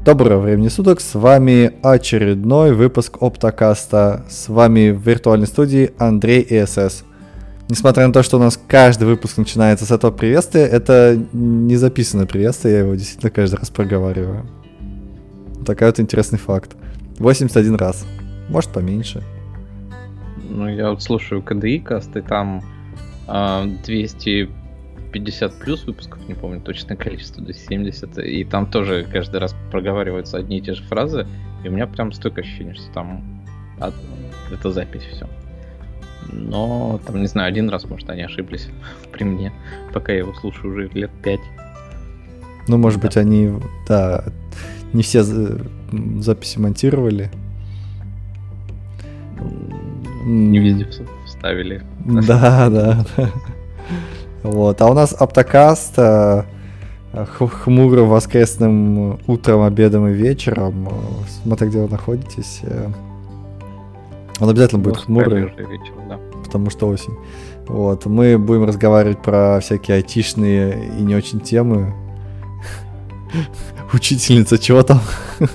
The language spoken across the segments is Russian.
Доброго времени суток, с вами очередной выпуск Оптокаста. С вами в виртуальной студии Андрей и СС. Несмотря на то, что у нас каждый выпуск начинается с этого приветствия, это не записанное приветствие, я его действительно каждый раз проговариваю. Такой вот интересный факт. 81 раз. Может, поменьше. Ну, я вот слушаю КДИ каст, и там 250 плюс выпусков, не помню точное количество, 270, и там тоже каждый раз проговариваются одни и те же фразы, и у меня прям столько ощущения, что там это запись все. Но там, не знаю, один раз, может, они ошиблись при мне, пока я его слушаю уже лет 5. Ну, может быть, они, да, не все записи монтировали. Не везде вставили. Да. Вот. А у нас Оптокаст хмуро воскресным утром, обедом и вечером. Смотря где вы находитесь. Он обязательно будет хмурый, вечер, да. потому что осень. Вот. Мы будем разговаривать про всякие айтишные и не очень темы. Учительница, чего там?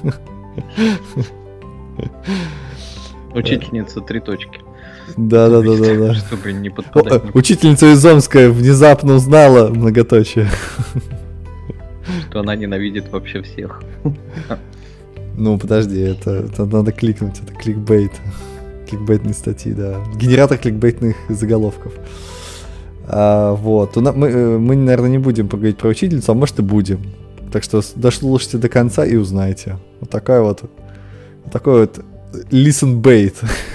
Учительница 3 точки. Да. Чтобы не подпадать. Учительница из Омска внезапно узнала многоточие. Что она ненавидит вообще всех. Ну, подожди, это надо кликнуть, это кликбейт. Кликбейтные статьи, да. Генератор кликбейтных заголовков. Вот. Мы, наверное, не будем поговорить про учительницу, а может и будем. Так что дослушайте до конца и узнаете. Вот такой вот listen bait.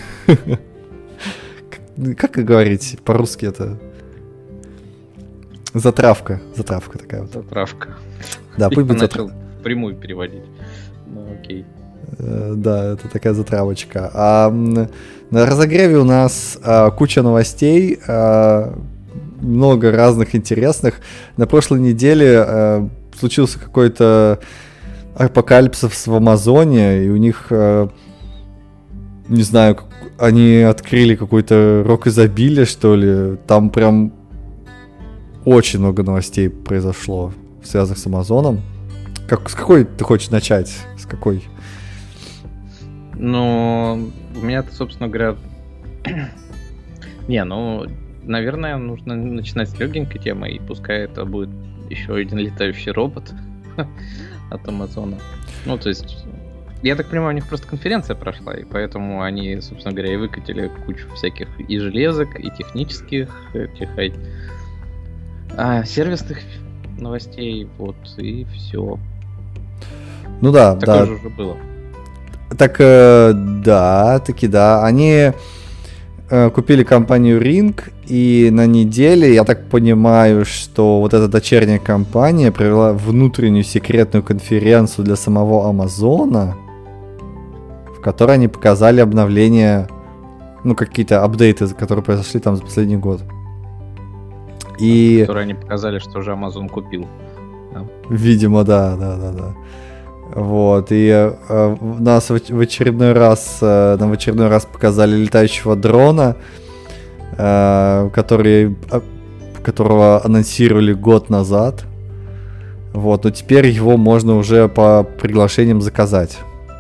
Как говорить по-русски это? Затравка такая вот. Затравка. Да, пусть будет начал прямую переводить. Ну, окей. Да, это такая затравочка. На разогреве у нас куча новостей, много разных интересных. На прошлой неделе случился какой-то апокалипсис в Амазоне, и у них, не знаю, они открыли какой-то рок изобилия, что ли. Там прям очень много новостей произошло, связанных с Амазоном. С какой ты хочешь начать? С какой? Ну, у меня-то, собственно говоря... наверное, нужно начинать с легенькой темы, и пускай это будет еще один летающий робот от Амазона. Ну, то есть... Я так понимаю, у них просто конференция прошла, и поэтому они, собственно говоря, и выкатили кучу всяких и железок, и технических, сервисных новостей, вот, и все. Ну да, такое же уже было. Так, да. Они купили компанию Ring, и на неделе, я так понимаю, что вот эта дочерняя компания провела внутреннюю секретную конференцию для самого Амазона, в которой они показали обновления, ну, какие-то апдейты, которые произошли там за последний год. И... Которые они показали, что уже Amazon купил. Да? Видимо, да. Вот, и нас в очередной раз показали летающего дрона, которого анонсировали год назад. Вот, но теперь его можно уже по приглашениям заказать.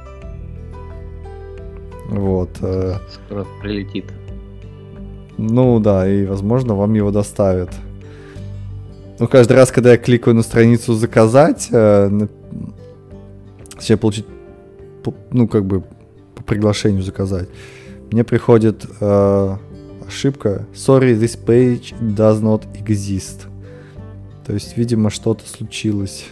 Вот. Скоро прилетит. Ну да, и возможно вам его доставят. Но каждый раз, когда я кликаю на страницу заказать, точнее получить, ну как бы по приглашению заказать, мне приходит ошибка: sorry, this page does not exist. То есть, видимо, что-то случилось,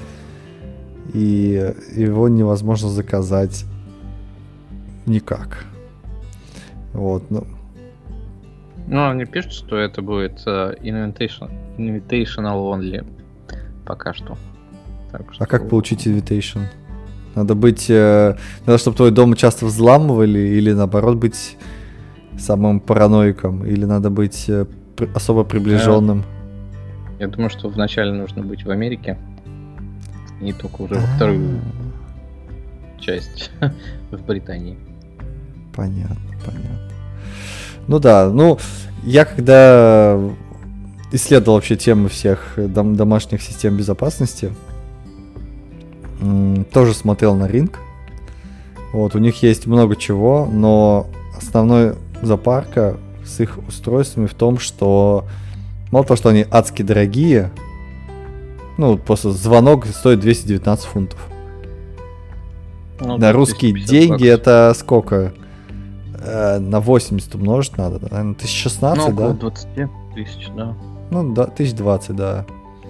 и его невозможно заказать никак. Вот, ну. Ну, они пишут, что это будет invitational only пока что. Так что... А как получить invitation? Надо чтобы твой дом часто взламывали, или наоборот быть самым параноиком, или надо быть особо приближенным? Я думаю, что вначале нужно быть в Америке, и только уже во вторую часть в Британии. Понятно. Ну да, я когда исследовал вообще тему всех домашних систем безопасности, тоже смотрел на Ring. Вот, у них есть много чего, но основной запарка с их устройствами в том, что мало того, что они адски дорогие, ну, просто звонок стоит 219 фунтов. Ну, на русские деньги баксов. это сколько? На 80 умножить надо, да? Наверное, 1016, ну, около да? 20 тысяч, да. Ну, да, 1020, да.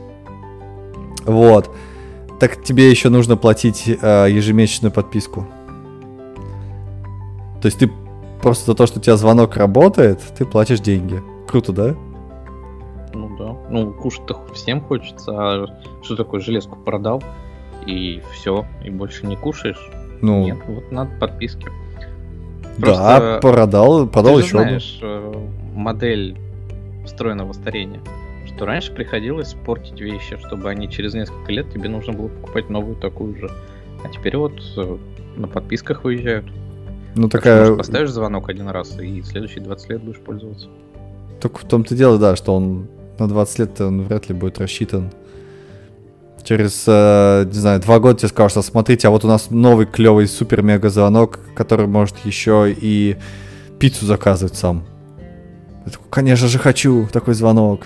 Вот. Так тебе еще нужно платить ежемесячную подписку. То есть ты просто за то, что у тебя звонок работает, ты платишь деньги. Круто, да? Ну да. Ну, кушать-то всем хочется, а что такое, железку продал, и все, и больше не кушаешь? Ну, Нет, вот надо подписки. да, продал Ты еще же одну. знаешь модель встроенного старения, что раньше приходилось портить вещи, чтобы они через несколько лет тебе нужно было покупать новую такую же. А теперь вот на подписках выезжают. Ну, Так такая... что, может, поставишь звонок один раз, и следующие 20 лет будешь пользоваться. Только в том-то дело, да, что он на 20 лет он вряд ли будет рассчитан. Через, не знаю, 2 года тебе скажут, что смотрите, а вот у нас новый клевый супер-мега-звонок, который может еще и пиццу заказывать сам. Я такой, конечно же, хочу такой звонок.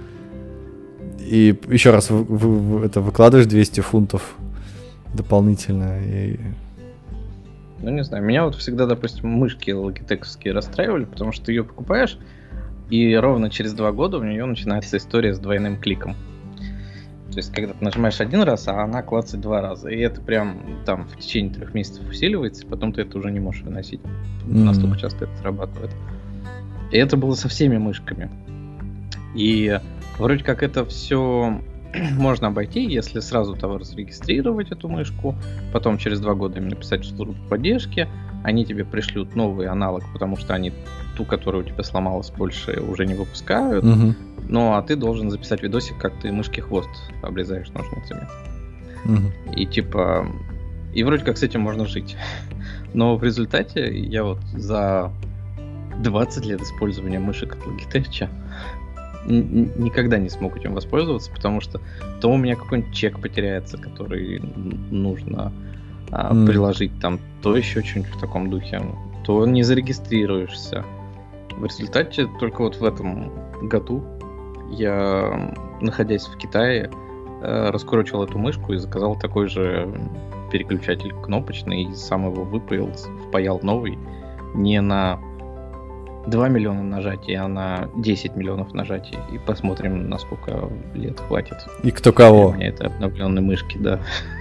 И еще раз это выкладываешь 200 фунтов дополнительно. И... Ну, не знаю, меня вот всегда, допустим, мышки логитековские расстраивали, потому что ты ее покупаешь, и ровно через 2 года у нее начинается история с двойным кликом. То есть, когда ты нажимаешь один раз, а она клацает 2 раза. И это прям там в течение 3 месяцев усиливается, потом ты это уже не можешь выносить. Настолько часто это срабатывает. И это было со всеми мышками. И вроде как это все можно обойти, если сразу товар зарегистрировать эту мышку, потом через 2 года им написать в службу поддержки, они тебе пришлют новый аналог, потому что они ту, которая у тебя сломалась, больше уже не выпускают. Ну, а ты должен записать видосик, как ты мышке хвост обрезаешь ножницами. И типа... И вроде как с этим можно жить. Но в результате я вот за 20 лет использования мышек от Logitech никогда не смог этим воспользоваться, потому что то у меня какой-нибудь чек потеряется, который нужно приложить там, то еще что-нибудь в таком духе, то не зарегистрируешься. В результате только вот в этом году я, находясь в Китае, раскручивал эту мышку и заказал такой же переключатель кнопочный, и сам его выпаял, впаял новый, не на 2 миллиона нажатий, а на 10 миллионов нажатий. И посмотрим, на сколько лет хватит. И кто кого. У меня это обновленные мышки, да.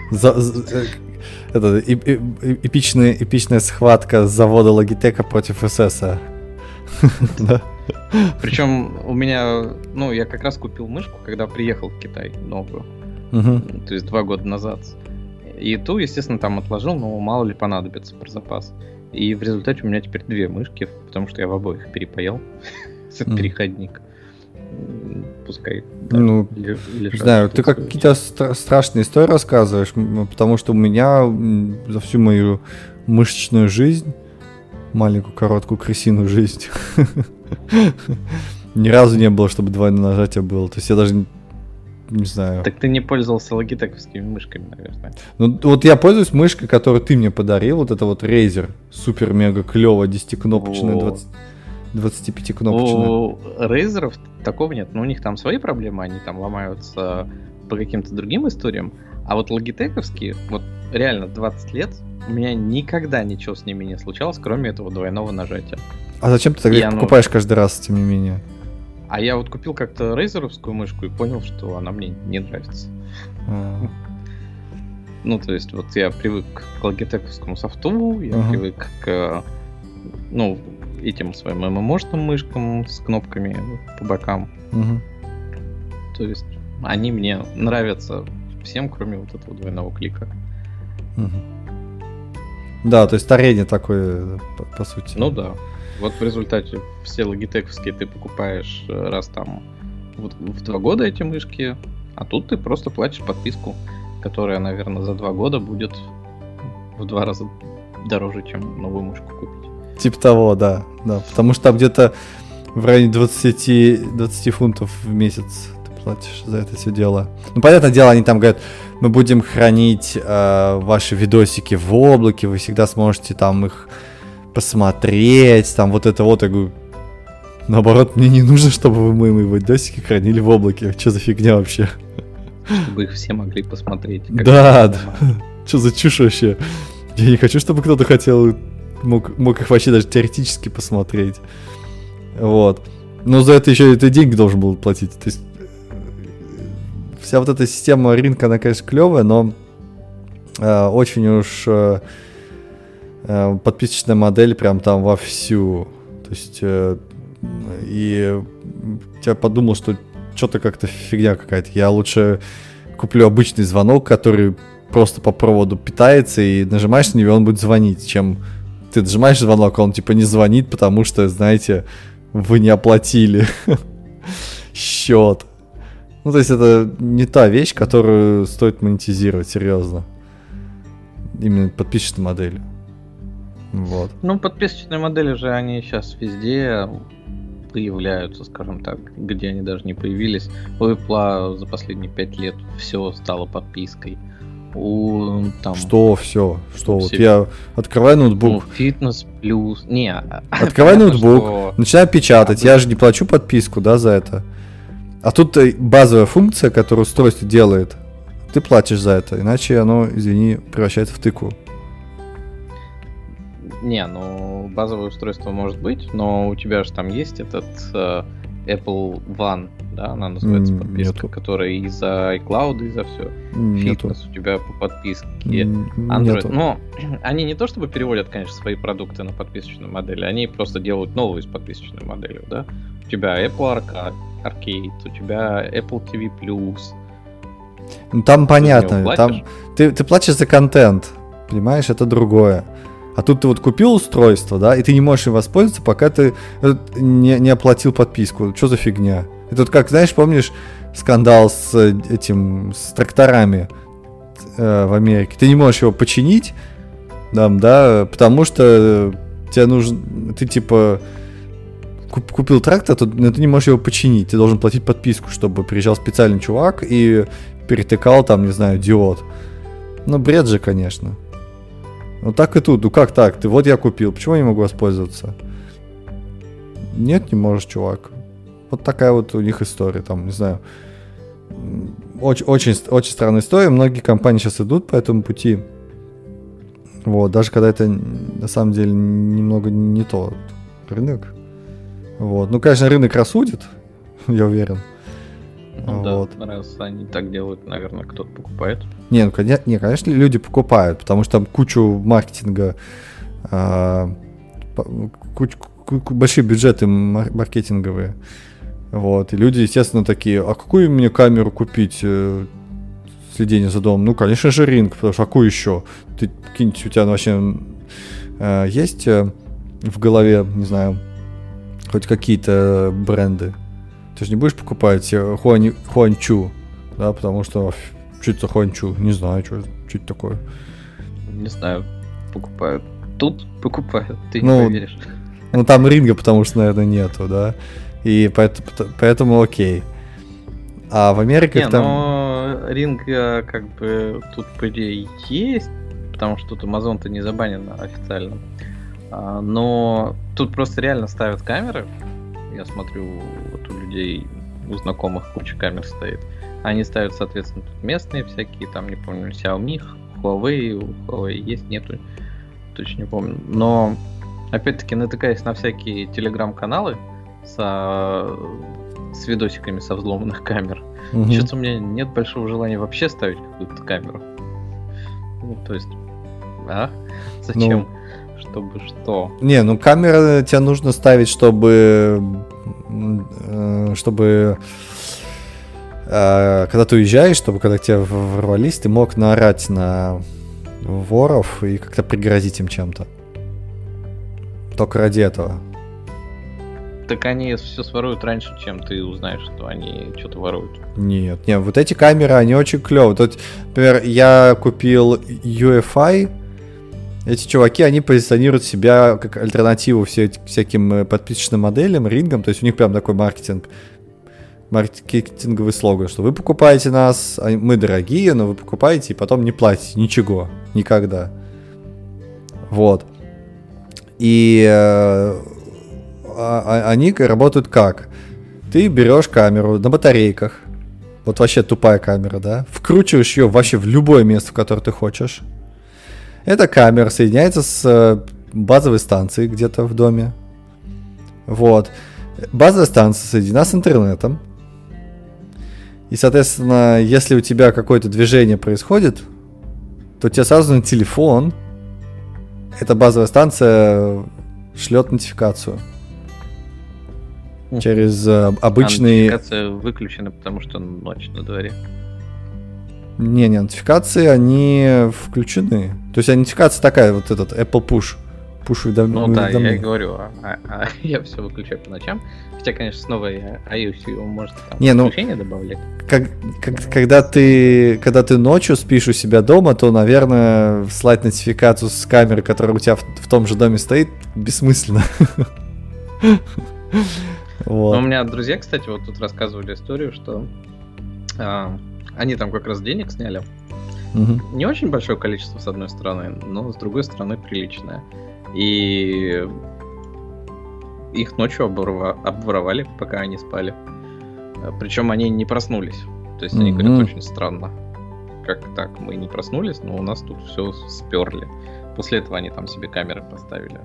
Это эпичная схватка с завода Logitech против СС. Причем у меня, ну, я как раз купил мышку, когда приехал в Китай новую. То есть 2 года назад. И ту, естественно, там отложил, но мало ли понадобится про запас. И в результате у меня теперь 2 мышки, потому что я в обоих перепаял этот переходник. Пускай. Да, ну, не знаю, ты какие-то страшные истории рассказываешь, потому что у меня за всю мою мышечную жизнь, маленькую короткую крысиную жизнь, ни разу не было, чтобы двойное нажатие было. То есть я даже не знаю. Так ты не пользовался логитековскими мышками, наверное. Ну, вот я пользуюсь мышкой, которую ты мне подарил. Вот это вот Razer. Супер-мега клево, 10-кнопочная, 25-кнопочная. У Razer'ов такого нет. Но у них там свои проблемы. Они там ломаются по каким-то другим историям. А вот логитековские, вот реально 20 лет, у меня никогда ничего с ними не случалось, кроме этого двойного нажатия. А зачем ты тогда их покупаешь каждый раз, тем не менее? А я вот купил как-то рейзеровскую мышку и понял, что она мне не нравится. Ну, то есть, вот я привык к логитековскому софту, я привык к, ну, этим своим ММОшным мышкам с кнопками по бокам. То есть, они мне нравятся всем, кроме вот этого двойного клика. Да, то есть старение такое, по сути. Ну да. Вот в результате все логитековские ты покупаешь раз там в 2 года эти мышки, а тут ты просто платишь подписку, которая, наверное, за 2 года будет в 2 раза дороже, чем новую мышку купить. Типа того, да. Да, потому что там где-то в районе 20 фунтов в месяц ты платишь за это все дело. Ну, понятное дело, они там говорят, мы будем хранить ваши видосики в облаке, вы всегда сможете там их посмотреть, там вот это вот. Я говорю, наоборот, мне не нужно, чтобы вы мои видосики хранили в облаке. Что за фигня вообще? Чтобы их все могли посмотреть. Да, что за чушь вообще? Я не хочу, чтобы кто-то хотел, мог их вообще даже теоретически посмотреть. Вот. Но за это еще ты деньги должен был платить. То есть вся вот эта система рынка, она, конечно, клевая, но очень уж подписочная модель прям там вовсю. То есть и я подумал, что что-то как-то фигня какая-то. Я лучше куплю обычный звонок, который просто по проводу питается, и нажимаешь на него, он будет звонить, чем ты нажимаешь звонок, а он типа не звонит, потому что, знаете, вы не оплатили счет. Ну, то есть это не та вещь, которую стоит монетизировать, серьезно. Именно подписочной моделью. Вот. Ну, подписочные модели же, они сейчас везде появляются, скажем так, где они даже не появились. У Apple за последние 5 лет все стало подпиской. Что все? Что вот я открываю ноутбук. Фитнес плюс. Не. Открываю ноутбук, начинаю печатать. Я же не плачу подписку, да, за это. А тут базовая функция, которую устройство делает, ты платишь за это, иначе оно, извини, превращается в тыкву. Не, ну базовое устройство может быть, но у тебя же там есть этот Apple One, да, она называется подписка, которая и за iCloud, и за все. Фитнес у тебя по подписке. Android. Но они не то чтобы переводят, конечно, свои продукты на подписочную модель, они просто делают новую с подписочной моделью, да. У тебя Apple Arcade, у тебя Apple TV+. Ну там понятно, там ты платишь за контент, понимаешь, это другое. А тут ты вот купил устройство, да, и ты не можешь им воспользоваться, пока ты не оплатил подписку. Что за фигня? Это вот как, знаешь, помнишь скандал с тракторами в Америке? Ты не можешь его починить, да, потому что тебе нужно, ты типа купил трактор, но ты не можешь его починить. Ты должен платить подписку, чтобы приезжал специальный чувак и перетыкал там, не знаю, диод. Ну, бред же, конечно. Ну так и тут, ну как так? Ты вот я купил, почему я не могу воспользоваться? Нет, не можешь, чувак. Вот такая вот у них история, там, не знаю. Очень странная история. Многие компании сейчас идут по этому пути. Вот, даже когда это на самом деле немного не то рынок. Вот. Ну, конечно, рынок рассудит, я уверен. Ну вот. Да, раз они так делают, наверное, кто-то покупает. Не, конечно, люди покупают, потому что там кучу маркетинга, большие бюджеты маркетинговые. Вот. И люди, естественно, такие, а какую мне камеру купить следение за домом? Ну, конечно же, Ring, потому что какую еще? Ты какие-нибудь у тебя вообще есть в голове, не знаю, хоть какие-то бренды? Ты же не будешь покупать Хуанчу, да, потому что что это за Хуанчу? Не знаю, что это такое. Не знаю, покупают. Тут покупают, ты не поверишь. Ну там Ринга, потому что, наверное, нету, да, и поэтому окей. А в Америке там... но Ринга как бы тут, по идее, есть, потому что тут Amazon-то не забанен официально. Но тут просто реально ставят камеры. Я смотрю, вот у людей, у знакомых куча камер стоит. Они ставят, соответственно, тут местные всякие, там, не помню, Xiaomi, Huawei, у Huawei есть, нету, точно не помню. Но, опять-таки, натыкаясь на всякие телеграм-каналы с видосиками со взломанных камер, что-то у меня нет большого желания вообще ставить какую-то камеру. Ну, то есть, зачем? Чтобы что? Не, ну камера тебе нужно ставить, чтобы когда ты уезжаешь, чтобы когда тебя ворвались, ты мог наорать на воров и как-то пригрозить им чем-то. Только ради этого. Так они все своруют раньше, чем ты узнаешь, что они что-то воруют. Нет, вот эти камеры, они очень клевые. Тут, например, я купил UEFI. Эти чуваки, они позиционируют себя как альтернативу всяким подписочным моделям, рингам, то есть у них прям такой маркетинг. маркетинговый слоган, что вы покупаете нас, мы дорогие, но вы покупаете и потом не платите ничего, никогда. Вот. И они работают как? Ты берешь камеру на батарейках, вот вообще тупая камера, да, вкручиваешь ее вообще в любое место, в которое ты хочешь. Эта камера соединяется с базовой станцией где-то в доме. Вот. Базовая станция соединена с интернетом. И, соответственно, если у тебя какое-то движение происходит, то тебе сразу на телефон эта базовая станция шлет нотификацию. Через обычный... Нотификация выключена, потому что ночь на дворе. Не, нотификации, они включены. То есть нотификация такая, вот этот Apple Push. Ну да, я и говорю, я все выключаю по ночам. Хотя, конечно, с новой iOS его может включение добавлять. Когда ты ночью спишь у себя дома, то, наверное, слать нотификацию с камеры, которая у тебя в том же доме стоит, бессмысленно. Вот. У меня друзья, кстати, вот тут рассказывали историю, что они там как раз денег сняли. Угу. Не очень большое количество, с одной стороны, но с другой стороны приличное. И их ночью обворовали, пока они спали. Причем они не проснулись. То есть они говорят, очень странно. Как так? Мы не проснулись, но у нас тут все сперли. После этого они там себе камеры поставили.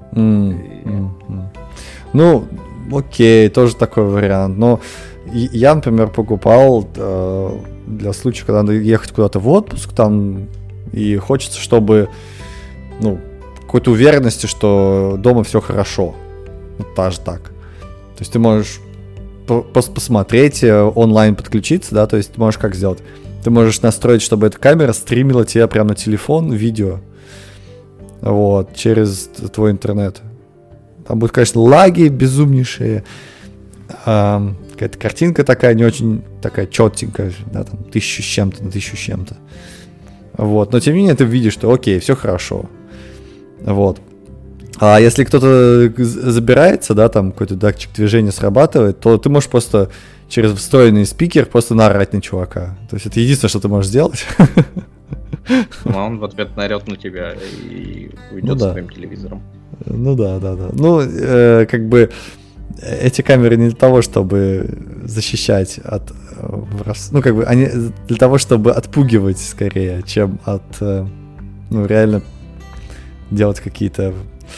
Ну, окей, тоже такой вариант. Но я, например, покупал для случая, когда надо ехать куда-то в отпуск, там, и хочется, чтобы, какой-то уверенности, что дома все хорошо. Вот даже так. То есть ты можешь посмотреть, онлайн подключиться, да, то есть ты можешь как сделать? Ты можешь настроить, чтобы эта камера стримила тебе прямо на телефон видео. Вот, через твой интернет. Там будут, конечно, лаги безумнейшие. Какая-то картинка такая, не очень такая четенькая, да, там 1000 с чем-то на 1000 с чем-то. Вот, но тем не менее ты видишь, что окей, все хорошо. Вот. А если кто-то забирается, да, там какой-то датчик движения срабатывает, то ты можешь просто через встроенный спикер просто наорать на чувака. То есть это единственное, что ты можешь сделать. Ну, а он в ответ наорет на тебя и уйдет со своим телевизором. Ну да. Ну, как бы эти камеры не для того, чтобы защищать от... Ну, как бы они для того, чтобы отпугивать скорее, чем от... реально делать какие-то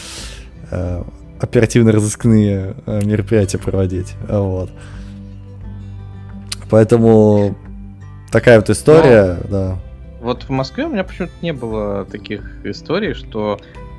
оперативно-розыскные мероприятия проводить. Вот. Поэтому такая вот история, да. Вот в Москве у меня почему-то не было таких историй, что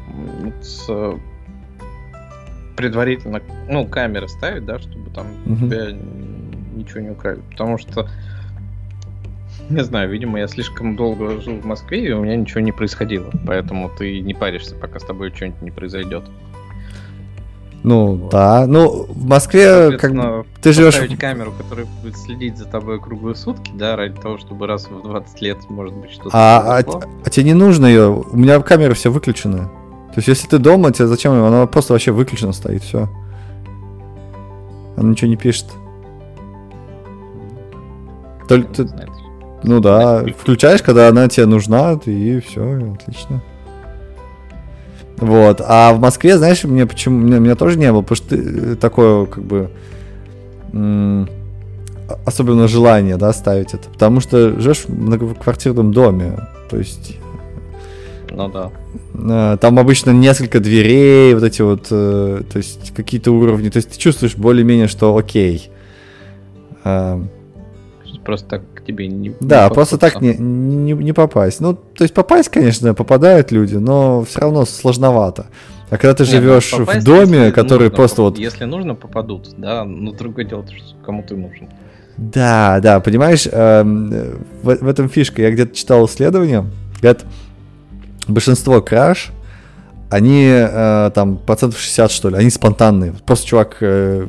предварительно, камеры ставить, да, чтобы там тебя ничего не украли. Потому что, не знаю, видимо, я слишком долго жил в Москве, и у меня ничего не происходило. Поэтому ты не паришься, пока с тобой что-нибудь не произойдет. Ну, вот. Да. Ну, в Москве, как ты живешь... Поставить камеру, которая будет следить за тобой круглые сутки, да, ради того, чтобы раз в 20 лет, может быть, что-то произошло. А тебе не нужно ее? У меня камеры все выключены. То есть, если ты дома, тебе зачем ее? Она просто вообще выключена стоит, все. Она ничего не пишет. Только ты... Ну да, включаешь, когда она тебе нужна, и все, отлично. Вот. А в Москве, знаешь, меня тоже не было, потому что ты такое, как бы, особенно желание, да, ставить это. Потому что живешь в многоквартирном доме. То есть. Ну да. Там обычно несколько дверей, вот эти вот, то есть какие-то уровни. То есть ты чувствуешь более-менее, что окей. Просто так к тебе не да, просто так не попасть. Ну, то есть попасть, конечно, попадают люди, но все равно сложновато. А когда ты живешь в доме, который просто вот... Если нужно, попадут, да, но другое дело, что кому ты нужен. Да, понимаешь, в этом фишка. Я где-то читал исследование, говорят, большинство краж, они там 60%, что ли, они спонтанные. Просто чувак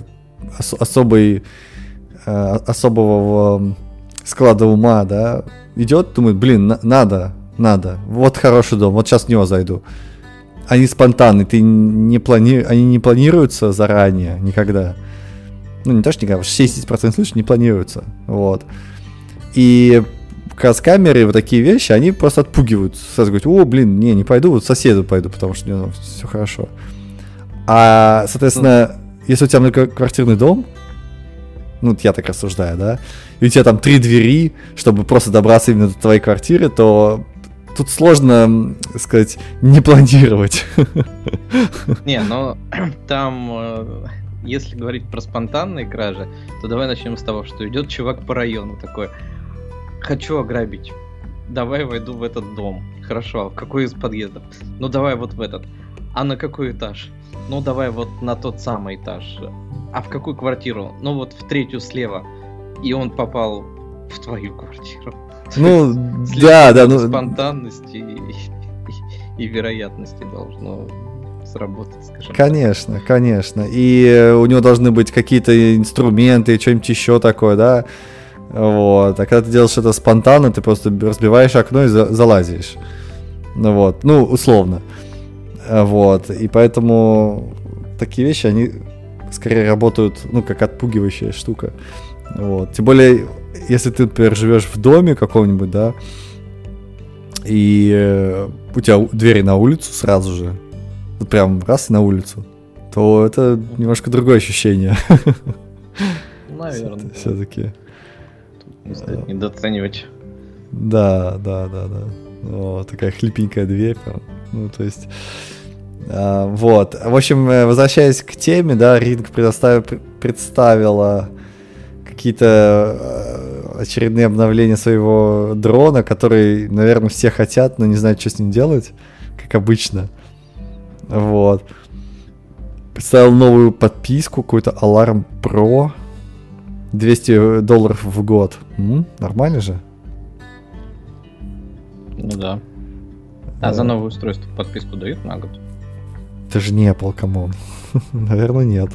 особого склада ума, да, идет, думает, блин, надо, вот хороший дом, вот сейчас в него зайду. Они спонтанные, они не планируются заранее, никогда. Ну, не то, что никогда, 60% случаев не планируется. Вот. И как раз камеры, вот такие вещи, они просто отпугивают. Сразу говорят, о, блин, не пойду, вот соседу пойду, потому что у него все хорошо. А, соответственно, если у тебя многоквартирный дом, ну, я так рассуждаю, да, и у тебя там 3 двери, чтобы просто добраться именно до твоей квартиры, то тут сложно, сказать, не планировать. Не, но там, если говорить про спонтанные кражи, то давай начнем с того, что идет чувак по району такой, хочу ограбить, давай войду в этот дом. Хорошо, а в какой из подъездов? Ну давай вот в этот. А на какой этаж? Ну давай вот на тот самый этаж. А в какую квартиру? Ну вот в 3-ю слева. И он попал в твою квартиру. Ну, да. Ну, спонтанности и вероятности должно сработать, скажем. Конечно. И у него должны быть какие-то инструменты, что-нибудь еще такое, да. Вот. А когда ты делаешь это спонтанно, ты просто разбиваешь окно и залазишь. Вот. Ну, условно. Вот. И поэтому такие вещи, они скорее работают, ну, как отпугивающая штука. Вот. Тем более, если ты, например, живешь в доме каком-нибудь, да, и у тебя двери на улицу сразу же, вот прям раз и на улицу, то это немножко другое ощущение. Наверное. Все-таки. Не стоит недооценивать. Да. Вот, такая хлипенькая дверь. Ну, то есть... вот. В общем, возвращаясь к теме, да, Ring представила какие-то очередные обновления своего дрона, который, наверное, все хотят, но не знают, что с ним делать, как обычно. Вот. Представил новую подписку, какой-то Alarm Pro. $200 в год. Нормально же? Ну да. А за новое устройство подписку дают на год? Это же не Apple, камон. Наверное, нет.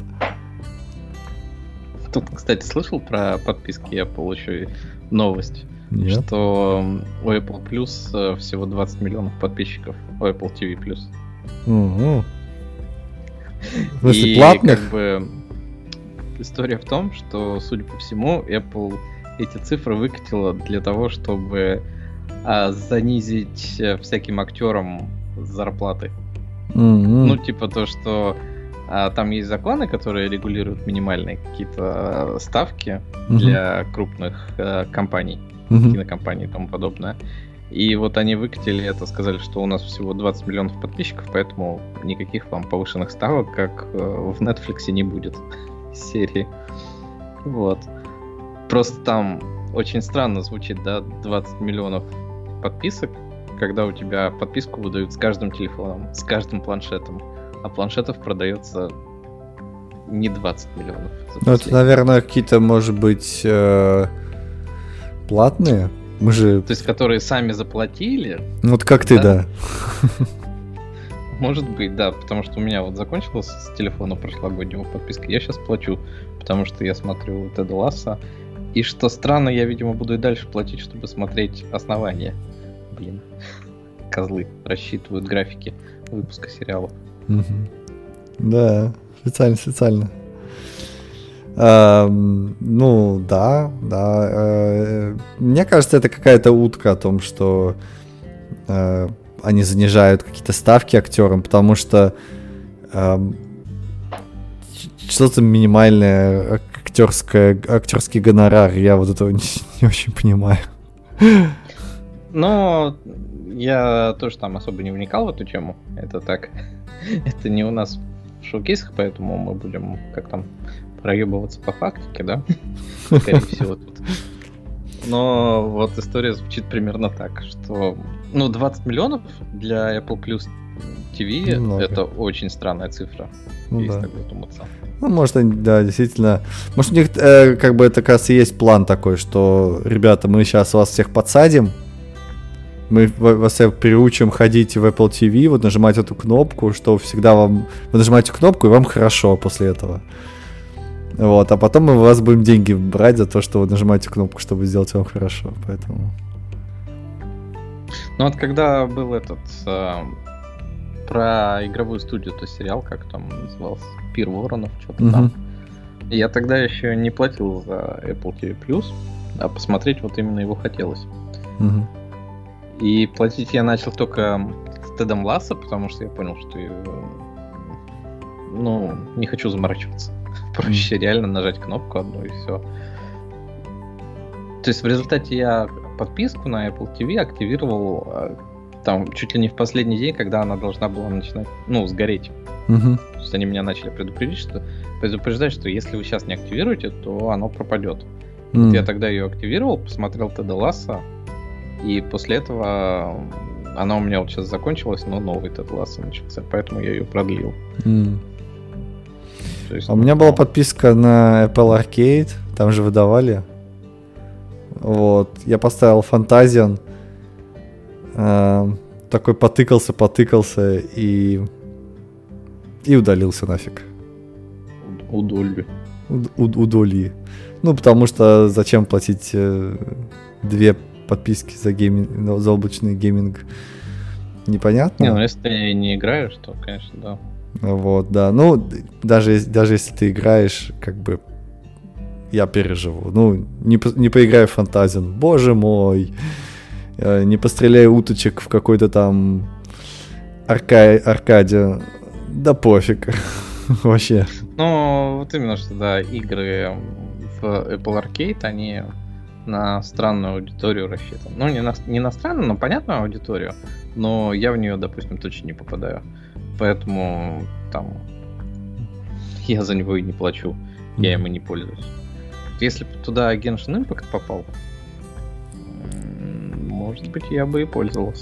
Тут, кстати, слышал про подписки Apple еще и новость, нет. Что у Apple Plus всего 20 миллионов подписчиков, у Apple TV Plus. Угу. В смысле, и платных? Как бы история в том, что, судя по всему, Apple эти цифры выкатила для того, чтобы занизить всяким актерам зарплаты. Ну, типа то, что там есть законы, которые регулируют минимальные какие-то ставки для крупных компаний, кинокомпаний и тому подобное. И вот они выкатили это, сказали, что у нас всего 20 миллионов подписчиков, поэтому никаких вам повышенных ставок, как в Netflix, не будет серии. Вот. Просто там очень странно звучит, да, 20 миллионов подписок, когда у тебя подписку выдают с каждым телефоном, с каждым планшетом, а планшетов продается не 20 миллионов. Ну, это, наверное, какие-то, может быть, платные? Мы же... То есть, которые сами заплатили? Ну, вот как ты, да. Может быть, да, потому что у меня вот закончилась с телефона прошлогоднего подписка, я сейчас плачу, потому что я смотрю Теда Ласса, и что странно, я, видимо, буду и дальше платить, чтобы смотреть «Основание». Блин, козлы рассчитывают графики выпуска сериалов. Да, специально. Ну, да. Мне кажется, это какая-то утка о том, что они занижают какие-то ставки актерам, потому что что-то минимальное актерский гонорар, я вот этого не очень понимаю. Но я тоже там особо не вникал в эту тему. Это так. Это не у нас в шоу-кейсах, поэтому мы будем как там проебываться по фактике, да? Скорее всего тут. Но вот история звучит примерно так, что 20 миллионов для Apple Plus TV немного. Это очень странная цифра, если так задуматься. Ну, может, да, действительно. Может, у них как бы это, кажется, есть план такой, что, ребята, мы сейчас вас всех подсадим, мы вас всех приучим ходить в Apple TV, вот нажимать эту кнопку, что всегда вам... Вы нажимаете кнопку, и вам хорошо после этого. Вот, а потом мы у вас будем деньги брать за то, что вы нажимаете кнопку, чтобы сделать вам хорошо, поэтому... Ну вот когда был этот... про игровую студию, то сериал, как там назывался, Пир Воронов, что-то там. Я тогда еще не платил за Apple TV+, а посмотреть вот именно его хотелось. Мгм. И платить я начал только с Тедом Лассо, потому что я понял, что не хочу заморачиваться. Проще реально нажать кнопку одну и все. То есть в результате я подписку на Apple TV активировал там чуть ли не в последний день, когда она должна была начинать, сгореть. Мгм. То есть они меня начали предупреждать, что если вы сейчас не активируете, то оно пропадет. Вот я тогда ее активировал, посмотрел Теда Лассо, и после этого она у меня вот сейчас закончилась, но новый Тед Лассо начался, поэтому я ее продлил. То есть, У меня была подписка на Apple Arcade, там же выдавали. Вот, я поставил Фантазиан, такой потыкался и удалился нафиг. Удали. Ну, потому что зачем платить 2 подписки за облачный гейминг? Непонятно. Не, если ты не играешь, то, конечно, да. Вот, да. Ну, даже если ты играешь, как бы я переживу. Ну, не поиграй в Фантазиан, боже мой. Не постреляй уточек в какой-то там аркаде. Да пофиг. Вообще. Ну, вот именно, что, да, игры в Apple Arcade, они на странную аудиторию рассчитаны. Ну, не на странную, но понятную аудиторию, но я в нее, допустим, точно не попадаю. Поэтому там я за него и не плачу, я им и не пользуюсь. Если бы туда Genshin Impact попал, может быть, я бы и пользовался.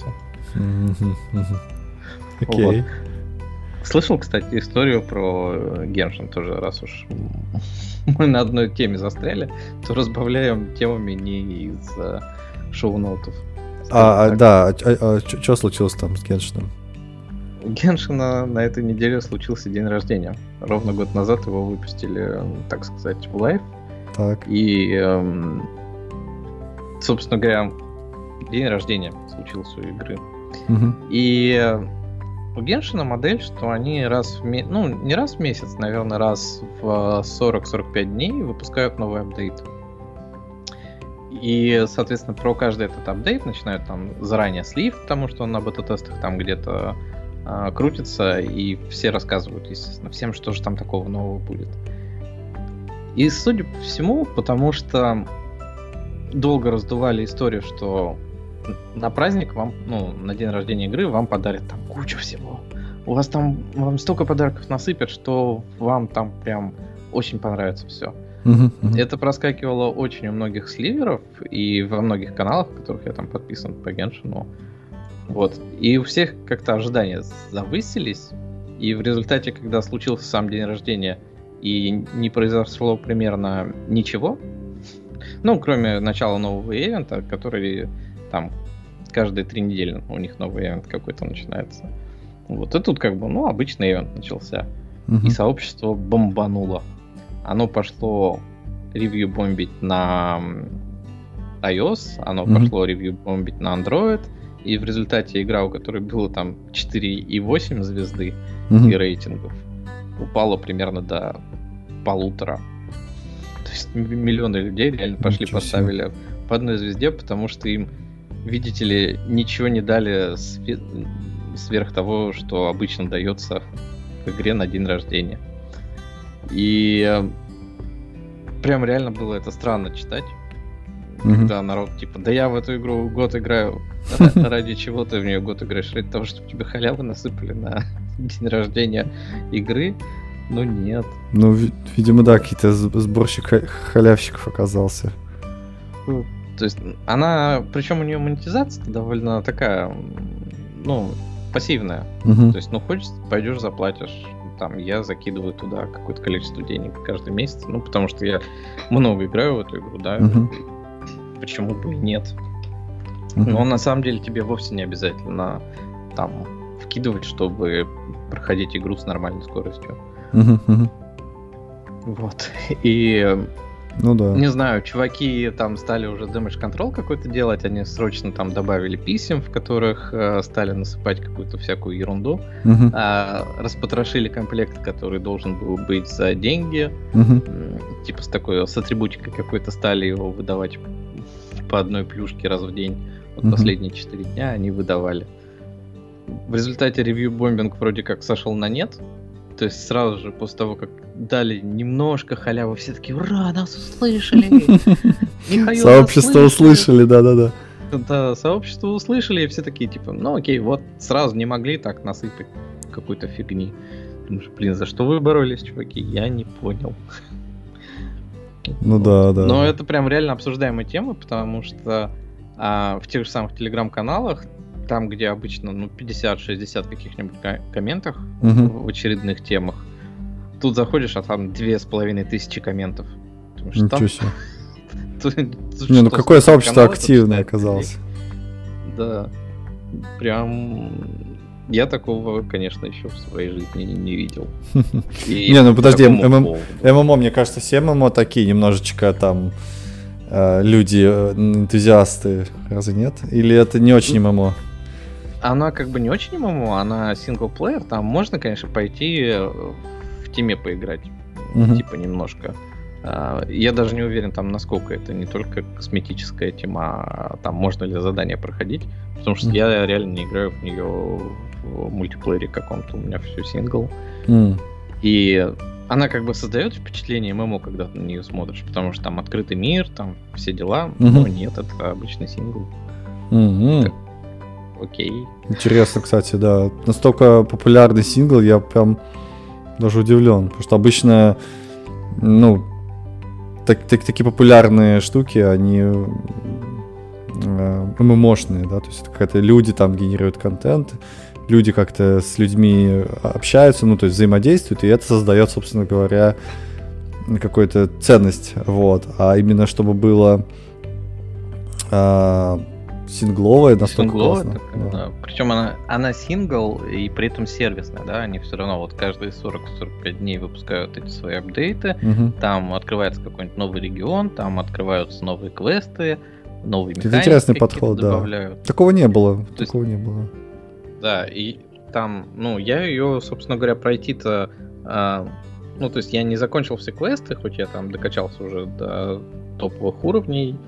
Окей. Слышал, кстати, историю про Genshin тоже, раз уж мы на одной теме застряли, то разбавляем темами не из шоу-ноутов. Да, что случилось там с Genshin? У Геншина на этой неделе случился день рождения. Ровно год назад его выпустили, так сказать, в лайв. Так. И, собственно говоря, день рождения случился у игры. Угу. И у Геншина модель, что они не раз в месяц, наверное, раз в 40-45 дней выпускают новый апдейт. И, соответственно, про каждый этот апдейт начинают там заранее слив, потому что он на бета-тестах там где-то крутится, и все рассказывают, естественно, всем, что же там такого нового будет. И, судя по всему, потому что долго раздували историю, что на праздник вам, на день рождения игры вам подарят там кучу всего. Вам столько подарков насыпят, что вам там прям очень понравится все. Это проскакивало очень у многих сливеров и во многих каналах, в которых я там подписан по Геншину. Вот. И у всех как-то ожидания завысились, и в результате, когда случился сам день рождения и не произошло примерно ничего, кроме начала нового ивента, который там каждые 3 недели у них новый ивент какой-то начинается. Вот. И тут как бы, обычный ивент начался. И сообщество бомбануло. Оно пошло ревью бомбить на iOS, оно пошло ревью бомбить на Android, и в результате игра, у которой было там 4,8 звезды и рейтингов, упала примерно до 1,5. То есть миллионы людей реально пошли, поставили по 1 звезде, потому что им, видите ли, ничего не дали сверх того, что обычно дается в игре на день рождения. И прям реально было это странно читать, когда народ типа, да я в эту игру год играю, ради чего ты в нее год играешь? Ради того, чтобы тебе халявы насыпали на день рождения игры? Ну нет. Видимо, да, какие-то сборщик халявщиков оказался. То есть она, причем у нее монетизация довольно такая, пассивная. То есть, хочешь, пойдешь заплатишь. Там я закидываю туда какое-то количество денег каждый месяц, потому что я много играю в эту игру, да, почему бы и нет. Но на самом деле тебе вовсе не обязательно там вкидывать, чтобы проходить игру с нормальной скоростью. Вот. И Ну да. Не знаю, чуваки там стали уже damage control какой-то делать, они срочно там добавили писем, в которых стали насыпать какую-то всякую ерунду, распотрошили комплект, который должен был быть за деньги, типа с атрибутикой какой-то, стали его выдавать по одной плюшке раз в день. Вот последние 4 дня они выдавали. В результате ревью-бомбинг вроде как сошел на нет. То есть сразу же после того, как дали немножко халявы, все такие: ура, нас услышали! Михаил, сообщество услышали, да-да-да. Да, сообщество услышали, и все такие, типа, ну окей, вот сразу не могли так насыпать какой-то фигни. Думаешь, блин, за что вы боролись, чуваки? Я не понял. Ну да. Но это прям реально обсуждаемая тема, потому что в тех же самых телеграм-каналах, там, где обычно 50-60 каких-нибудь комментов в очередных темах, тут заходишь, а там 2500 комментов. Ничего себе. Не, какое сообщество активное оказалось. Да. Прям... Я такого, конечно, еще в своей жизни не видел. Не, ну подожди, ММО, мне кажется, все ММО такие немножечко там люди, энтузиасты, разве нет? Или это не очень ММО? Она как бы не очень ММО, она синглплеер, там можно, конечно, пойти в тиме поиграть, типа немножко. Я даже не уверен, там, насколько это не только косметическая тема, а там можно ли задания проходить, потому что я реально не играю в нее в мультиплеере каком-то, у меня все сингл. И она как бы создает впечатление ММО, когда ты на нее смотришь, потому что там открытый мир, там все дела, но нет, это обычный сингл. Окей. Интересно, кстати, да. Настолько популярный сингл, я прям даже удивлен. Потому что обычно, такие популярные штуки, они ММОшные, да, то есть это какая-то люди там генерируют контент, люди как-то с людьми общаются, то есть взаимодействуют, и это создает, собственно говоря, какую-то ценность, вот. А именно чтобы было сингловая, настолько классно. Да. Причем она сингл и при этом сервисная, да, они все равно вот каждые 40-45 дней выпускают эти свои апдейты, там открывается какой-нибудь новый регион, там открываются новые квесты, новые механики. Это интересный подход, добавляют. Да. Такого не было. Не было. Да, и там, я ее, собственно говоря, пройти-то, то есть я не закончил все квесты, хоть я там докачался уже до топовых уровней,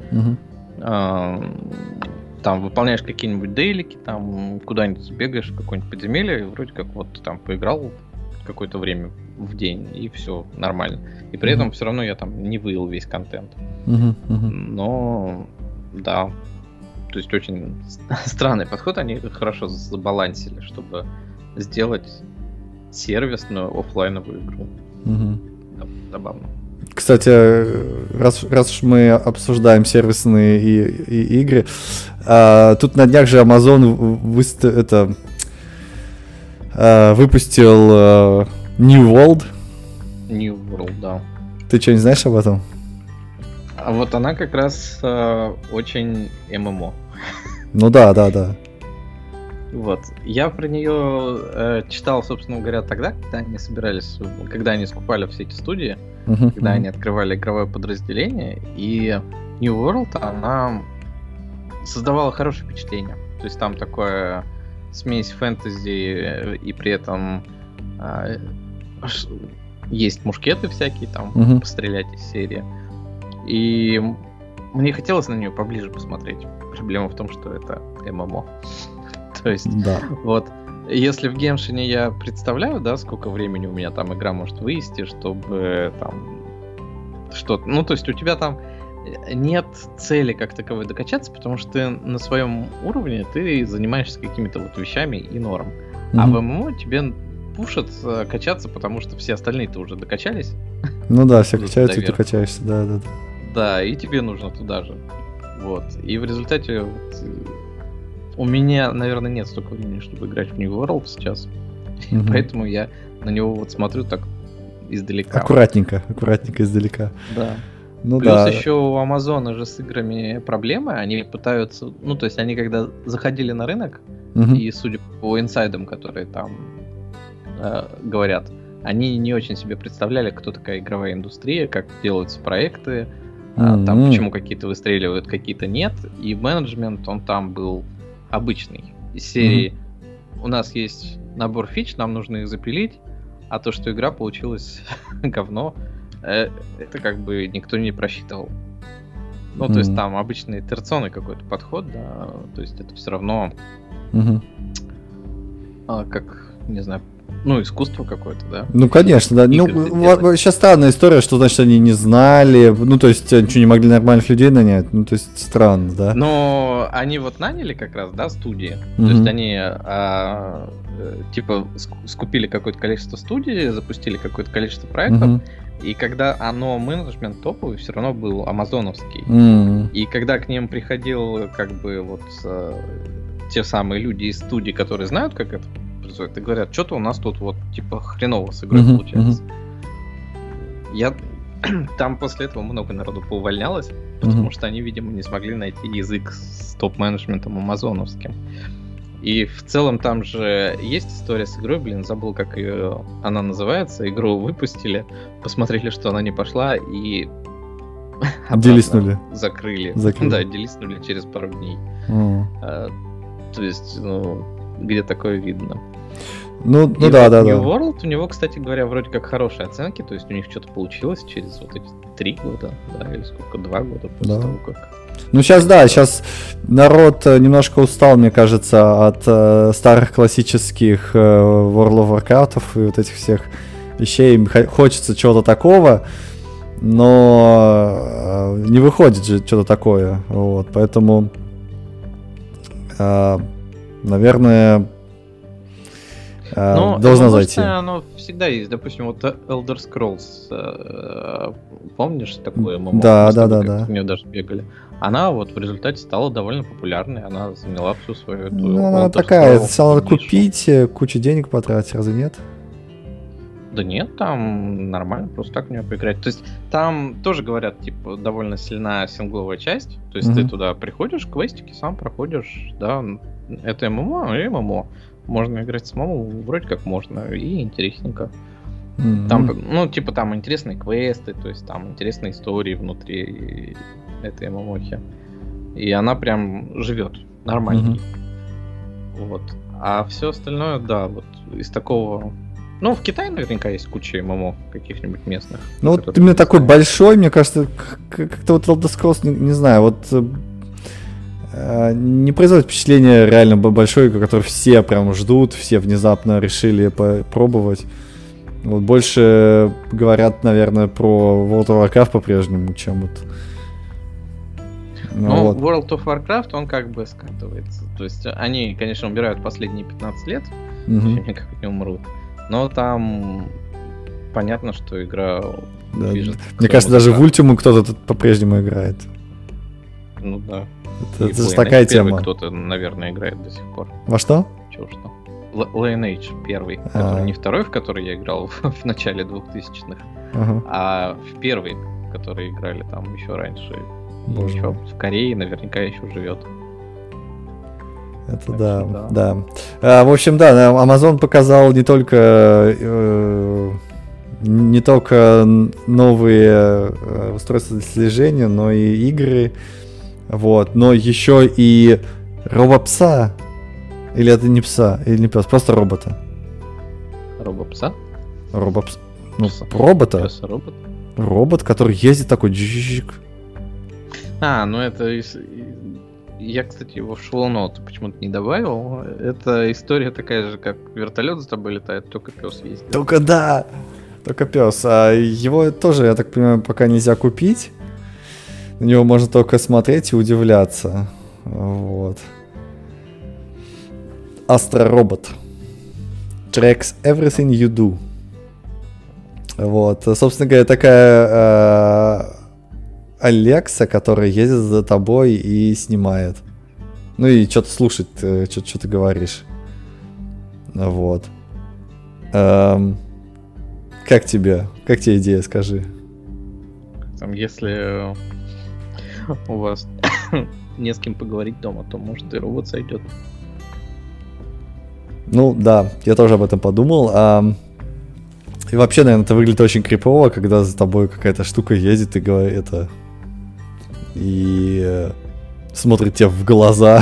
там выполняешь какие-нибудь дейлики, там куда-нибудь бегаешь в какое-нибудь подземелье, и вроде как вот там поиграл какое-то время в день, и все нормально. И при этом все равно я там не вывел весь контент. Но да, то есть очень странный подход, они хорошо забалансили, чтобы сделать сервисную офлайновую игру. Забавно. Кстати, раз уж мы обсуждаем сервисные и игры, тут на днях же Amazon выпустил New World. New World, да. Ты что, не знаешь об этом? А вот она как раз очень ММО. Ну да. Вот. Я про нее читал, собственно говоря, тогда, когда они скупали все эти студии, когда они открывали игровое подразделение, и New World, она создавала хорошее впечатление. То есть там такое смесь фэнтези, и при этом есть мушкеты всякие, там пострелять из серии. И мне хотелось на нее поближе посмотреть. Проблема в том, что это ММО. То есть, вот, если в Геншине я представляю, да, сколько времени у меня там игра может вывести, чтобы там что-то... то есть у тебя там нет цели как таковой докачаться, потому что ты на своем уровне ты занимаешься какими-то вот вещами и норм. А в ММО тебе пушат качаться, потому что все остальные-то уже докачались. Ну да, все качаются, и ты качаешься, да. Да, и тебе нужно туда же. Вот. И в результате у меня, наверное, нет столько времени, чтобы играть в New World сейчас. Поэтому я на него вот смотрю так издалека. Аккуратненько издалека. Да. Плюс еще у Амазона же с играми проблемы. Они пытаются... то есть они когда заходили на рынок, и судя по инсайдам, которые там говорят, они не очень себе представляли, кто такая игровая индустрия, как делаются проекты, Там почему какие-то выстреливают, какие-то нет. И менеджмент, он там был обычный. Из серии у нас есть набор фич, нам нужно их запилить, а то, что игра получилась говно, это как бы никто не просчитывал. Ну, то есть там обычный итерационный какой-то подход, да, то есть это все равно как, не знаю, ну, искусство какое-то, да? Ну, конечно, да. Ну, сейчас странная история, что, значит, они не знали, ну, то есть, что, не могли нормальных людей нанять? Ну, то есть, странно, да? Но они вот наняли как раз, да, студии. То есть, они, типа, скупили какое-то количество студий, запустили какое-то количество проектов, и когда менеджмент топовый, все равно был амазоновский. И когда к ним приходил, как бы, вот, те самые люди из студии, которые знают, как это происходит, и говорят, что-то у нас тут вот типа хреново с игрой получается. Там после этого много народу поувольнялось, потому что они, видимо, не смогли найти язык с топ-менеджментом амазоновским. И в целом там же есть история с игрой, забыл, как она называется. Игру выпустили, посмотрели, что она не пошла, и делиснули. Закрыли. Да, делиснули через пару дней. То есть, ну, где такое видно. Ну да. New World, у него, кстати говоря, вроде как хорошие оценки, то есть у них что-то получилось через вот эти 3 года, да, или сколько, 2 года после того, как... Ну сейчас народ немножко устал, мне кажется, от старых классических World of Warcraft и вот этих всех вещей. Им хочется чего-то такого, но не выходит же что-то такое, вот, поэтому... Наверное, должна зайти. Оно всегда есть. Допустим, вот Elder Scrolls, помнишь такое ММО? Да. В нее даже бегали. Она вот в результате стала довольно популярной. Она заняла всю свою... Ну, она такая, сначала надо купить, кучу денег потратить, разве нет? Да нет, там нормально, просто так в нее поиграть. То есть там тоже говорят, типа, довольно сильная сингловая часть. То есть ты туда приходишь, квестики сам проходишь, да, это ММО и ММО. Можно играть самому, вроде как можно, и интересненько. Там, ну, типа, там интересные квесты, то есть там интересные истории внутри этой ММОхи. И она прям живет нормально. Вот. А все остальное, да, вот из такого... Ну, в Китае наверняка есть куча ММО каких-нибудь местных. Ну, вот именно такой большой, мне кажется, как-то вот Elder Scrolls, не знаю, вот не производит впечатление реально большой, который все прям ждут, все внезапно решили попробовать. Вот больше говорят, наверное, про World of Warcraft по-прежнему, чем вот... Ну, вот. World of Warcraft, он как бы скатывается. То есть они, конечно, убирают последние 15 лет, никак не умрут. Но там понятно, что игра движется. Мне кажется, даже в Ultimate кто-то тут по-прежнему играет. Ну да. Это же такая тема. Кто-то, наверное, играет до сих пор. Во что? Чего что? Lineage первый, который не второй, в который я играл в начале 2000-х, а в первый, в который играли там еще раньше. Еще в Корее наверняка еще живет. Это да. В общем, да, Amazon показал не только новые устройства для слежения, но и игры, вот, но еще и робопса. Или это не пса, или не пес, просто робота. Робопса? Робопс. Ну, робота. Пес-робот? Робот, который ездит такой джик. Ну это... Я, кстати, его в шоу-ноты почему-то не добавил. Это история такая же, как вертолет за тобой летает, только пес ездит. Только пес. А его тоже, я так понимаю, пока нельзя купить. На него можно только смотреть и удивляться. Вот. Астро-робот. Tracks everything you do. Вот. Собственно говоря, такая... Алекса, которая ездит за тобой и снимает. Ну и что-то слушает, что ты говоришь. Вот. Как тебе идея, скажи? Там, если у вас не с кем поговорить дома, то может и робот сойдет. Ну да, я тоже об этом подумал. И вообще, наверное, это выглядит очень крипово, когда за тобой какая-то штука ездит и говорит, и смотрит тебе в глаза.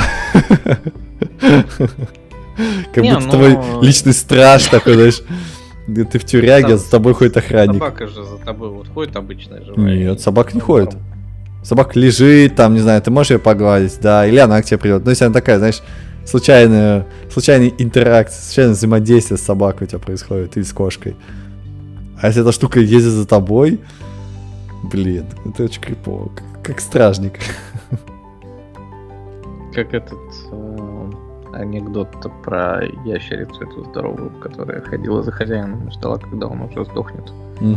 Как будто твой личный страж такой, знаешь. Ты в тюряге, за тобой ходит охранник. Собака же за тобой вот ходит обычная живая. Нет, собака не ходит. Собака лежит, там, не знаю, ты можешь ее погладить, да, или она к тебе придет. Ну, если она такая, знаешь, случайная интеракция, случайное взаимодействие с собакой у тебя происходит, или с кошкой. А если эта штука ездит за тобой, блин, это очень крипово, как стражник. Как этот анекдот про ящерицу эту здоровую, которая ходила за хозяином и ждала, когда он уже сдохнет.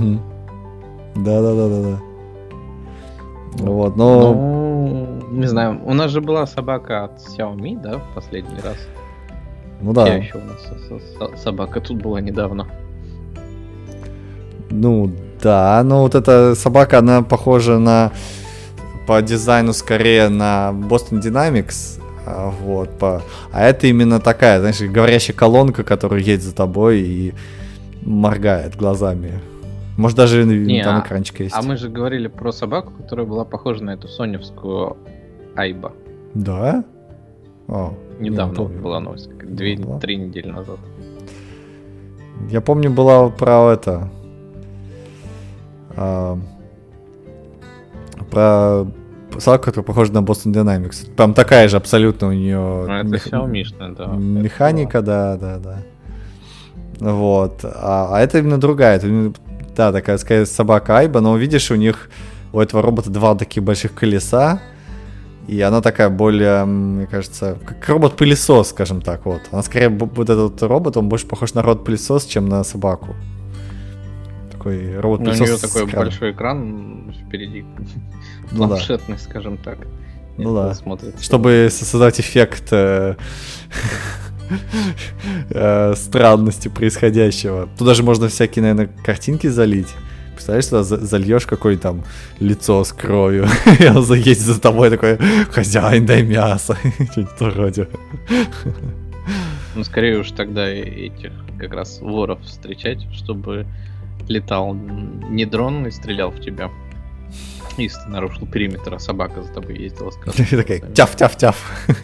Да. Вот, но... не знаю, у нас же была собака от Xiaomi, да, в последний раз? Ну да. Еще у нас собака тут была недавно. Ну да, но вот эта собака, она похожа на... По дизайну скорее на Boston Dynamics, вот, а это именно такая, знаешь, говорящая колонка, которая едет за тобой и моргает глазами. Может, даже там экранчик есть. А мы же говорили про собаку, которая была похожа на эту соневскую Айба. Да? Недавно была новость, 2-3 недели назад. Я помню, была про это... про собаку, которая похожа на Boston Dynamics. Там такая же абсолютно у нее... Это Xiaomi-шная, да. Механика, да. Вот. А это именно другая. Это, да, такая, скорее, собака Айба, но видишь, у них, у этого робота 2 таких больших колеса, и она такая более, мне кажется, как робот-пылесос, скажем так, вот. Она скорее, вот этот робот, он больше похож на робот-пылесос, чем на собаку. Такой робот-пылесос. У нее такой большой экран впереди, планшетный, скажем так. Ну да, чтобы создать эффект странности происходящего. Туда же можно всякие, наверное, картинки залить. Представляешь, что зальешь какое-то там лицо с кровью, и он заедет за тобой такой: хозяин, дай мясо. Что-нибудь вроде. Ну, скорее уж тогда этих как раз воров встречать, чтобы летал не дрон и стрелял в тебя. Если ты нарушил периметр, а собака за тобой ездила. И такая: тяф-тяф-тяф.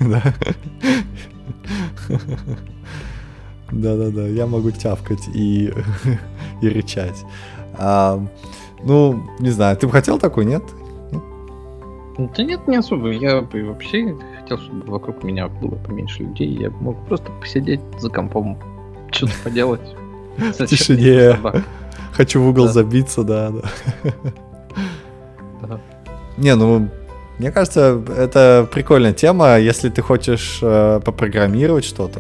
Да-да-да, я могу тявкать и рычать. Ну, не знаю, ты бы хотел такой, нет? Да нет, не особо. Я бы вообще хотел, чтобы вокруг меня было поменьше людей. Я мог просто посидеть за компом, что-то поделать. В тишине. Хочу в угол забиться, да. Не, ну, мне кажется, это прикольная тема, если ты хочешь попрограммировать что-то.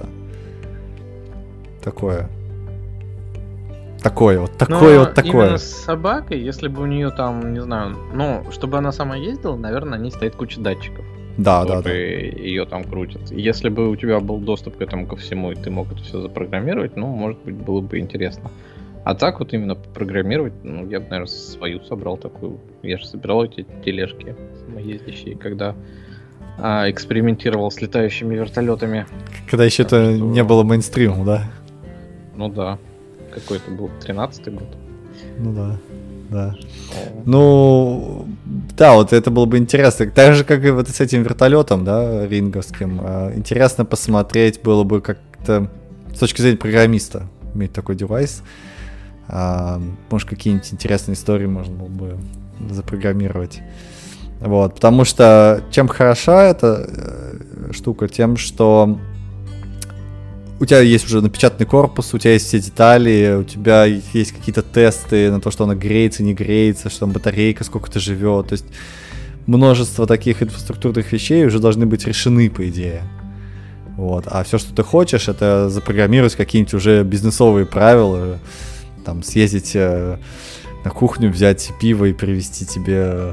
Такое. Такое. Именно с собакой, если бы у нее там, не знаю, ну, чтобы она сама ездила, наверное, на ней стоит куча датчиков. Да. Ее там крутят. Если бы у тебя был доступ к этому ко всему, и ты мог это все запрограммировать, ну, может быть, было бы интересно. А так вот именно программировать, ну, я бы, наверное, свою собрал такую. Я же собирал эти тележки самоездящие, когда экспериментировал с летающими вертолетами. Когда еще это не было мейнстримом, да? Ну да. Какой-то был 13-й год. Ну да. Ну, да, вот это было бы интересно. Так же, как и вот с этим вертолетом, да, ринговским. Интересно посмотреть было бы как-то с точки зрения программиста иметь такой девайс. Может, какие-нибудь интересные истории можно было бы запрограммировать. Вот, потому что чем хороша эта штука, тем, что у тебя есть уже напечатанный корпус, у тебя есть все детали, у тебя есть какие-то тесты на то, что она греется, не греется, что там батарейка сколько-то живет. То есть множество таких инфраструктурных вещей уже должны быть решены, по идее. Вот. А все, что ты хочешь, это запрограммировать какие-нибудь уже бизнесовые правила, там, съездить на кухню, взять пиво и привезти тебе,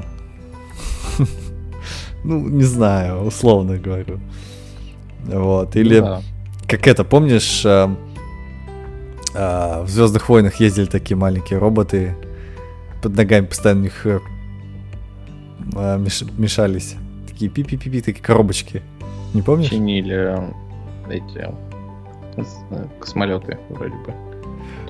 ну, не знаю, условно говорю. Вот. Или как это, помнишь, в «Звездных войнах» ездили такие маленькие роботы, под ногами постоянно у них мешались. Такие пи-пи-пи-пи, такие коробочки. Не помнишь? Чинили эти космолеты вроде бы.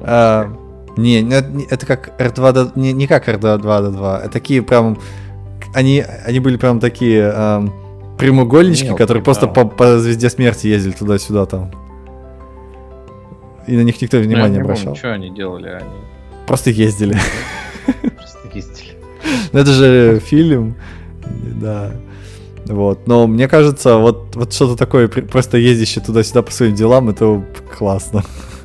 Не, это как R2, не как R2-2, это такие прям они были прям такие прямоугольнички, Мелкие, которые просто да. по звезде смерти ездили туда-сюда там. И на них никто внимания не обращал. Что они делали? Они Просто ездили. просто ездили. Ну, это же фильм. Да. Вот. Но мне кажется, вот что-то такое, просто ездящее туда-сюда по своим делам, это классно.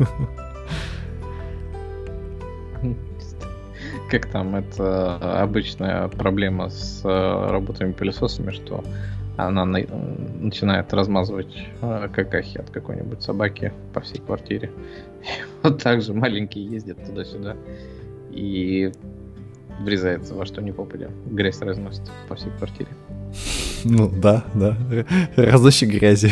Как там, это обычная проблема с роботами пылесосами, что она начинает размазывать какахи от какой-нибудь собаки по всей квартире. Вот так же маленький ездит туда-сюда и врезается во что ни попадя. Грязь разносит по всей квартире. Ну, да. Разносчик грязи.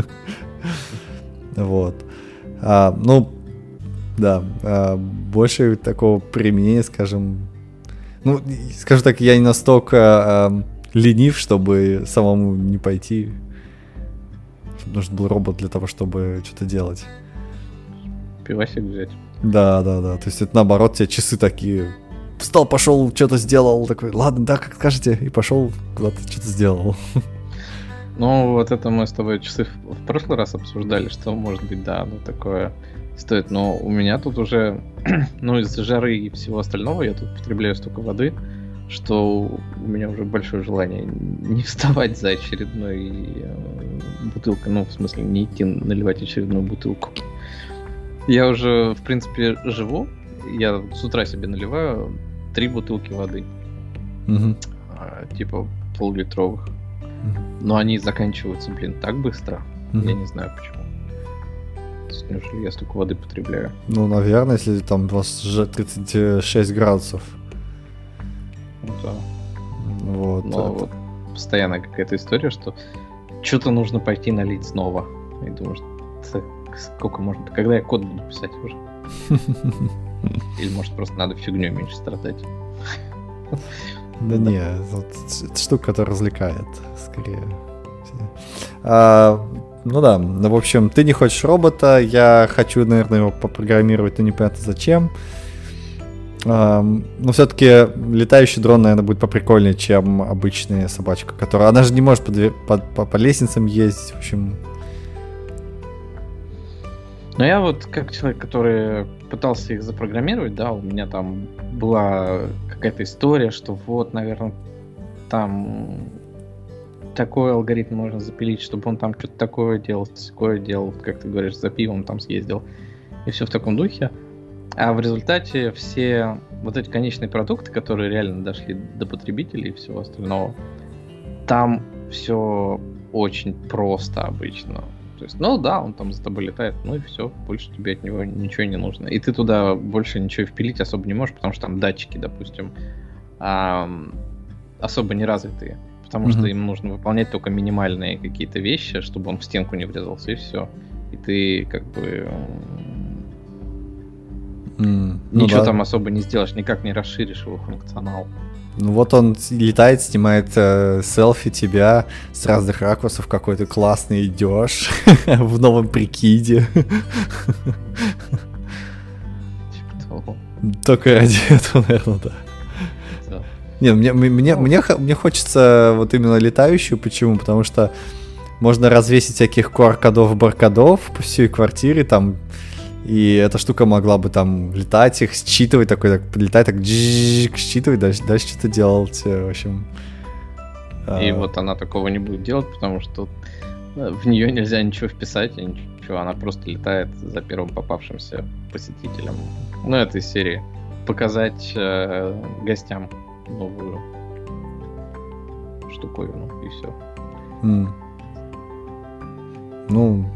Вот. Ну, да. Больше такого применения, скажем... Ну, скажем так, я не настолько ленив, чтобы самому не пойти. Чтобы нужен был робот для того, чтобы что-то делать. Пивасик взять. Да. То есть это наоборот, тебе часы такие... Встал, пошел, что-то сделал. Такой, ладно, да, как скажете. И пошел куда-то, что-то сделал. Ну, вот это мы с тобой часы в прошлый раз обсуждали, что, может быть, да, ну, такое стоит. Но у меня тут уже, ну, из-за жары и всего остального я тут потребляю столько воды, что у меня уже большое желание не вставать за очередной бутылкой. Ну, в смысле, не идти наливать очередную бутылку. Я уже, в принципе, живу. Я с утра себе наливаю 3 бутылки воды. Типа пол-литровых. Но они заканчиваются, так быстро. Я не знаю почему. Неужели я столько воды потребляю? Ну, наверное, если там у вас же 36 градусов. Ну, да. Вот. Но вот постоянно какая-то история, что что-то нужно пойти налить снова. И думаю, что сколько можно... Когда я код буду писать уже? Или, может, просто надо фигней меньше страдать? Да не, это штука, которая развлекает, скорее. Ну да, ну, в общем, ты не хочешь робота, я хочу, наверное, его попрограммировать, но непонятно зачем. Но все-таки летающий дрон, наверное, будет поприкольнее, чем обычная собачка, которая... Она же не может по лестницам ездить, в общем... Но я вот как человек, который пытался их запрограммировать, да, у меня там была какая-то история, что вот, наверное, там такой алгоритм можно запилить, чтобы он там что-то такое делал, такое делал, как ты говоришь, за пивом там съездил, и все в таком духе. А в результате все вот эти конечные продукты, которые реально дошли до потребителей и всего остального, там все очень просто обычно. То есть, ну да, он там за тобой летает, ну и все, больше тебе от него ничего не нужно. И ты туда больше ничего впилить особо не можешь, потому что там датчики, допустим, особо не развитые. Потому что им нужно выполнять только минимальные какие-то вещи, чтобы он в стенку не врезался, и все. И ты как бы ничего там особо не сделаешь, никак не расширишь его функционал. Ну вот он летает, снимает селфи тебя с разных ракурсов, какой ты классный идешь в новом прикиде. Типа того. Только ради этого, наверное, да. Не, мне хочется вот именно летающую. Почему? Потому что можно развесить всяких QR-кодов по всей квартире там. И эта штука могла бы там летать, их считывать, такой, так, летать, так считывать, дальше что-то делать, в общем. И вот она такого не будет делать, потому что в нее нельзя ничего вписать, ничего, она просто летает за первым попавшимся посетителем. Ну, это из серии. Показать гостям новую штуковину, и все. Ну...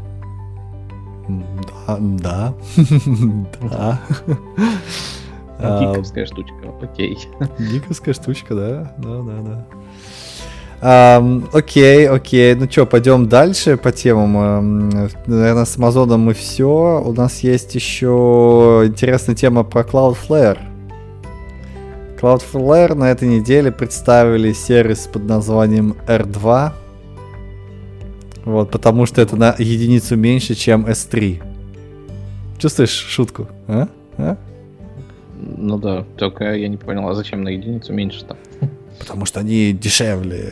Да. Да. Гиковская штучка, окей. Гиковская штучка, да. Окей. Ну что, пойдем дальше по темам. Наверное, с Амазоном мы все. У нас есть еще интересная тема про Cloudflare. Cloudflare на этой неделе представили сервис под названием R2. Вот, потому что это на единицу меньше, чем S3. Чувствуешь шутку? А? Ну да, только я не понял, а зачем на единицу меньше-то? потому что они дешевле.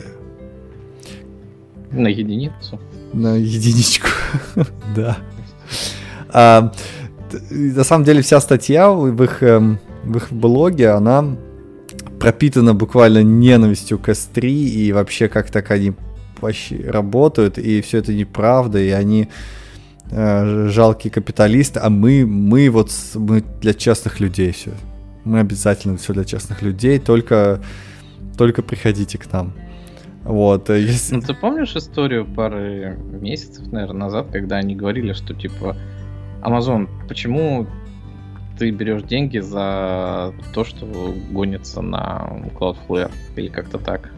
На единицу. На единичку, да. На самом деле вся статья в их блоге, она пропитана буквально ненавистью к S3 и вообще как так они работают, и все это неправда, и они жалкие капиталисты, а мы для честных людей все. Мы обязательно все для честных людей, только приходите к нам. Вот. Если... Ну, ты помнишь историю пары месяцев, наверное, назад, когда они говорили, что типа Amazon, почему ты берешь деньги за то, что гонится на Cloudflare, или как-то так?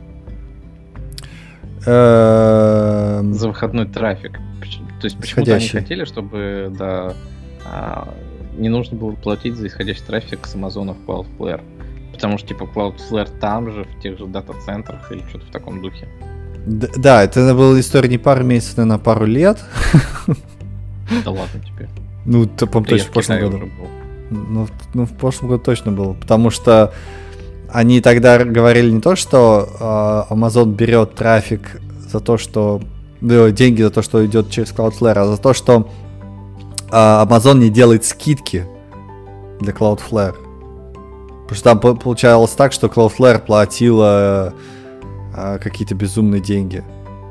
За выходной трафик. То есть почему-то они хотели, чтобы не нужно было платить за исходящий трафик с Amazon в Cloudflare. Потому что типа Cloudflare там же, в тех же дата-центрах или что-то в таком духе. Да, это была история не пару месяцев, наверное, а пару лет. Да ладно теперь. Ну, по-моему, точно в прошлом году. Ну, в прошлом году точно было. Потому что они тогда говорили не то, что Amazon берет трафик за то, что... деньги за то, что идет через Cloudflare, а за то, что Amazon не делает скидки для Cloudflare. Потому что там получалось так, что Cloudflare платила какие-то безумные деньги.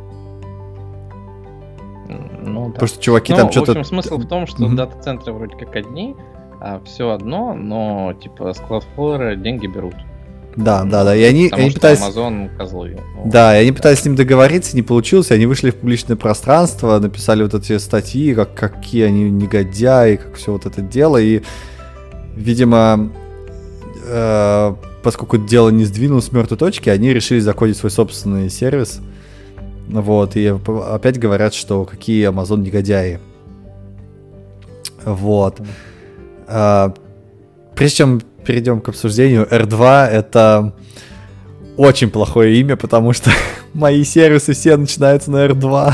Ну, да. Потому что чуваки там что-то... В общем, смысл в том, что дата-центры вроде как одни, а все одно, но типа с Cloudflare деньги берут. Да. И они пытались... Amazon козлы. Да, и они пытались с ним договориться, не получилось, они вышли в публичное пространство, написали вот эти статьи, какие они негодяи, как все вот это дело, и, видимо, поскольку дело не сдвинулось с мертвой точки, они решили закодить свой собственный сервис. Вот, и опять говорят, что какие Amazon негодяи. Вот. Прежде чем перейдем к обсуждению, R2 это очень плохое имя, потому что мои сервисы все начинаются на R2.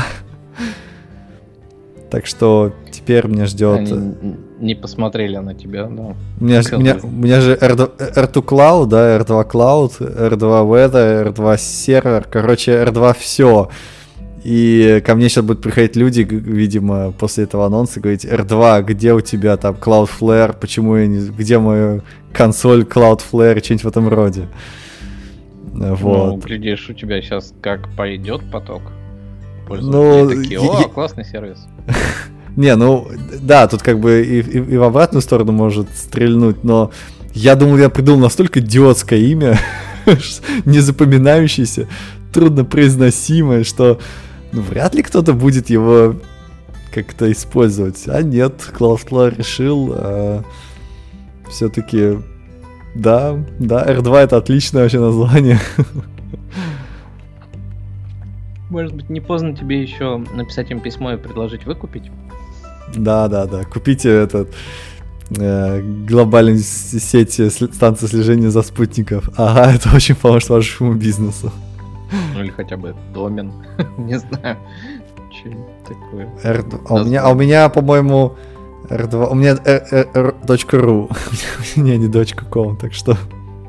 Так что теперь меня ждет... Они не посмотрели на тебя, да. У меня же R2 Cloud, да, R2 Cloud, R2 Weather, R2 сервер, короче, R2 все. И ко мне сейчас будут приходить люди, видимо, после этого анонса, говорить: R2, где у тебя там Cloudflare, почему я не... Где моя консоль Cloudflare, что-нибудь в этом роде. Вот. Ну, глядишь, у тебя сейчас как пойдет поток. Пользователи такие: о, классный сервис. Не, ну, да, тут как бы и в обратную сторону может стрельнуть, но я думал, я придумал настолько идиотское имя, незапоминающееся, труднопроизносимое, что вряд ли кто-то будет его как-то использовать. А нет, Cloudflare решил все-таки, да, R2 это отличное вообще название. Может быть, не поздно тебе еще написать им письмо и предложить выкупить? Да. Купите этот глобальную сеть станций слежения за спутников. Ага, это очень поможет вашему бизнесу. Ну или хотя бы домен. Не знаю. Что-нибудь такое. А у меня, по-моему, R2... У меня .ru. У меня не .com, так что...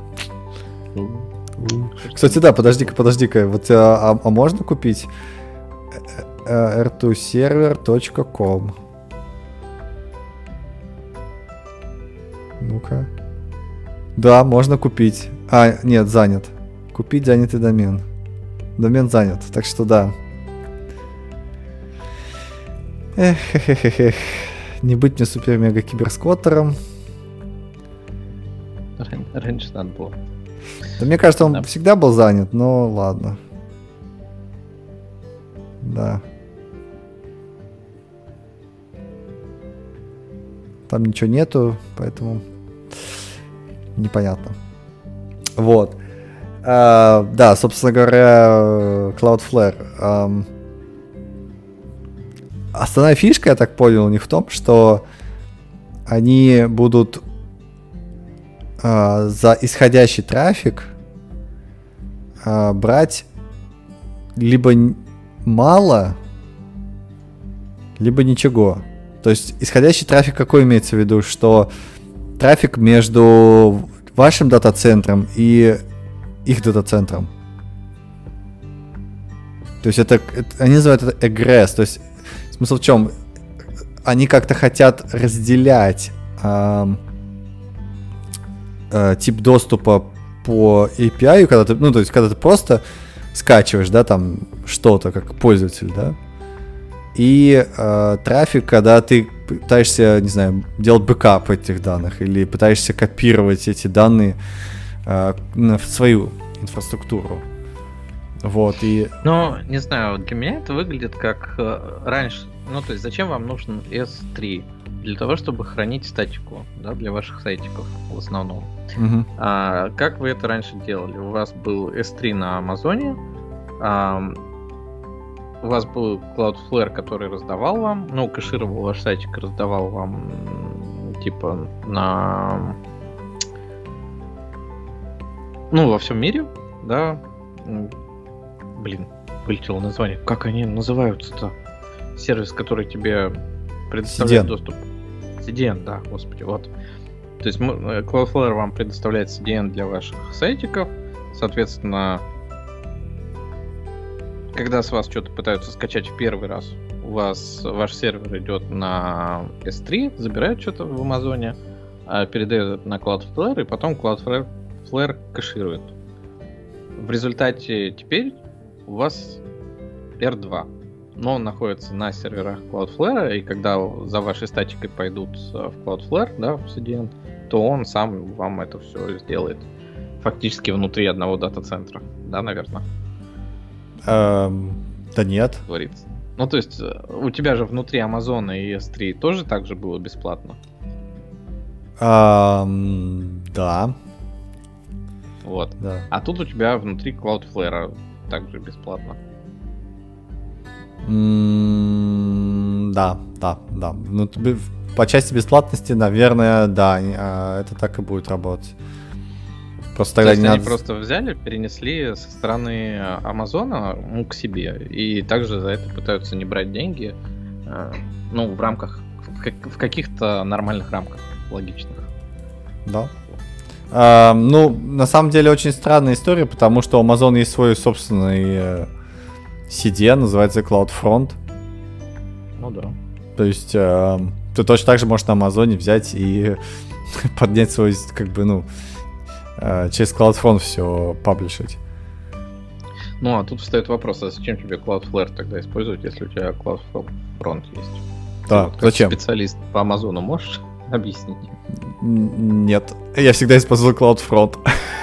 Кстати, да, подожди-ка. Вот, а можно купить r2server.com? Ну-ка. Да, можно купить. А, нет, занят. Купить занятый домен. Домен занят, так что да. Эх. Не быть мне супер-мега-киберсквоттером. Раньше надо было. Да, мне кажется, он всегда был занят, но ладно. Да. Там ничего нету, поэтому непонятно. Вот. Да, собственно говоря, Cloudflare. Основная фишка, я так понял, у них в том, что они будут за исходящий трафик брать либо мало, либо ничего. То есть исходящий трафик какой имеется в виду? Что трафик между вашим дата-центром и их дата-центром. То есть они называют это эгресс. То есть смысл в чем? Они как-то хотят разделять тип доступа по API, когда ты, ну, то есть, когда ты просто скачиваешь, да, там, что-то, как пользователь, да, и трафик, когда ты пытаешься, не знаю, делать бэкап этих данных, или пытаешься копировать эти данные в свою инфраструктуру. Вот, и... Ну, не знаю, для меня это выглядит как раньше. Ну, то есть, зачем вам нужен S3? Для того, чтобы хранить статику, да, для ваших сайтиков в основном. Как вы это раньше делали? У вас был S3 на Амазоне, у вас был Cloudflare, который раздавал вам, ну, кэшировал ваш сайтик, раздавал вам, типа, на... Ну, во всем мире, да. Блин, вылетело название. Как они называются-то? Сервис, который тебе предоставляет CDN. доступ. CDN, да, господи, вот. То есть Cloudflare вам предоставляет CDN для ваших сайтиков. Соответственно, когда с вас что-то пытаются скачать в первый раз, у вас ваш сервер идет на S3, забирает что-то в Амазоне, передает это на Cloudflare, и потом Cloudflare кэширует. В результате теперь у вас R2, но он находится на серверах Cloudflare, и когда за вашей статикой пойдут в Cloudflare, да, в CDN, то он сам вам это все сделает. Фактически внутри одного дата-центра, да, наверное? Да нет. Говорится. Ну, то есть, у тебя же внутри Амазона и S3 тоже так же было бесплатно? Да. Вот. Да. А тут у тебя внутри Cloudflare также бесплатно. Да. Ну, по части бесплатности, наверное, да, это так и будет работать. Просто тогда не они надо... просто взяли, перенесли со стороны Амазона к себе, и также за это пытаются не брать деньги, ну, в рамках, в каких-то нормальных рамках, логичных. Да. Ну, на самом деле, очень странная история, потому что у Amazon есть свой собственный CDN, называется CloudFront. Ну да. То есть ты точно так же можешь на Амазоне взять и поднять свой, как бы, ну, через CloudFront все паблишить. Ну, а тут встает вопрос, а зачем тебе Cloudflare тогда использовать, если у тебя CloudFront есть? Да, вот, зачем? Специалист по Амазону можешь объяснить? Нет, я всегда использовал CloudFront.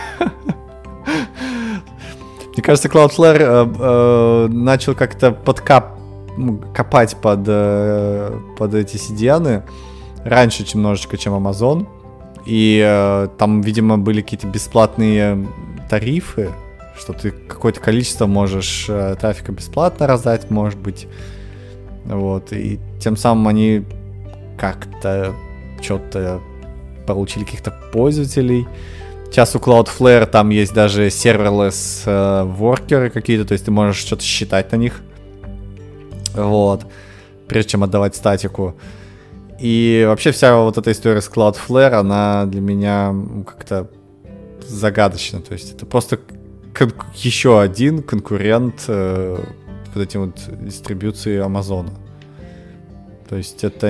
Мне кажется, Cloudflare начал как-то копать под эти CDN раньше немножечко, чем Amazon. И там, видимо, были какие-то бесплатные тарифы, что ты какое-то количество можешь трафика бесплатно раздать, может быть. Вот. И тем самым они как-то что-то получили каких-то пользователей. Сейчас у Cloudflare там есть даже serverless воркеры какие-то, то есть ты можешь что-то считать на них. Вот. Прежде чем отдавать статику. И вообще вся вот эта история с Cloudflare, она для меня как-то загадочна. То есть это просто еще один конкурент вот этим вот дистрибьюции Амазона. То есть это...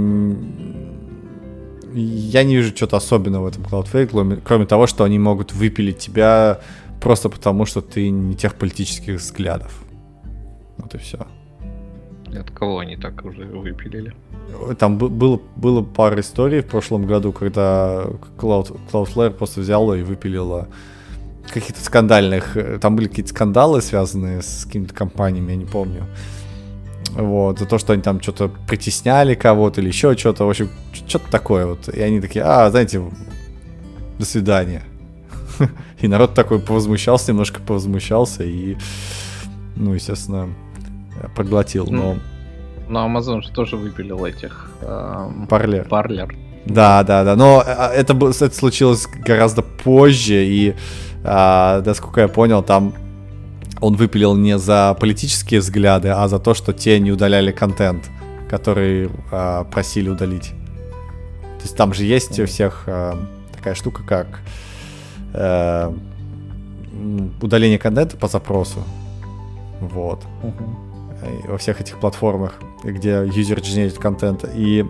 Я не вижу чего-то особенного в этом Cloudflare, кроме того, что они могут выпилить тебя просто потому, что ты не тех политических взглядов. Вот и все. От кого они так уже выпилили? Там было пара историй в прошлом году, когда Cloudflare просто взяла и выпилила каких-то скандальных... Там были какие-то скандалы, связанные с какими-то компаниями, я не помню. Вот, за то, что они там что-то притесняли кого-то или еще что-то. В общем, что-то такое вот. И они такие, знаете, до свидания. И народ такой немножко повозмущался и, ну, естественно, проглотил. Но Amazon же тоже выпилил этих... Parler. Да. Но это случилось гораздо позже, и, насколько я понял, там он выпилил не за политические взгляды, а за то, что те не удаляли контент, который просили удалить. То есть там же есть у всех такая штука, как удаление контента по запросу. Вот. Во всех этих платформах, где юзер генерит контент. И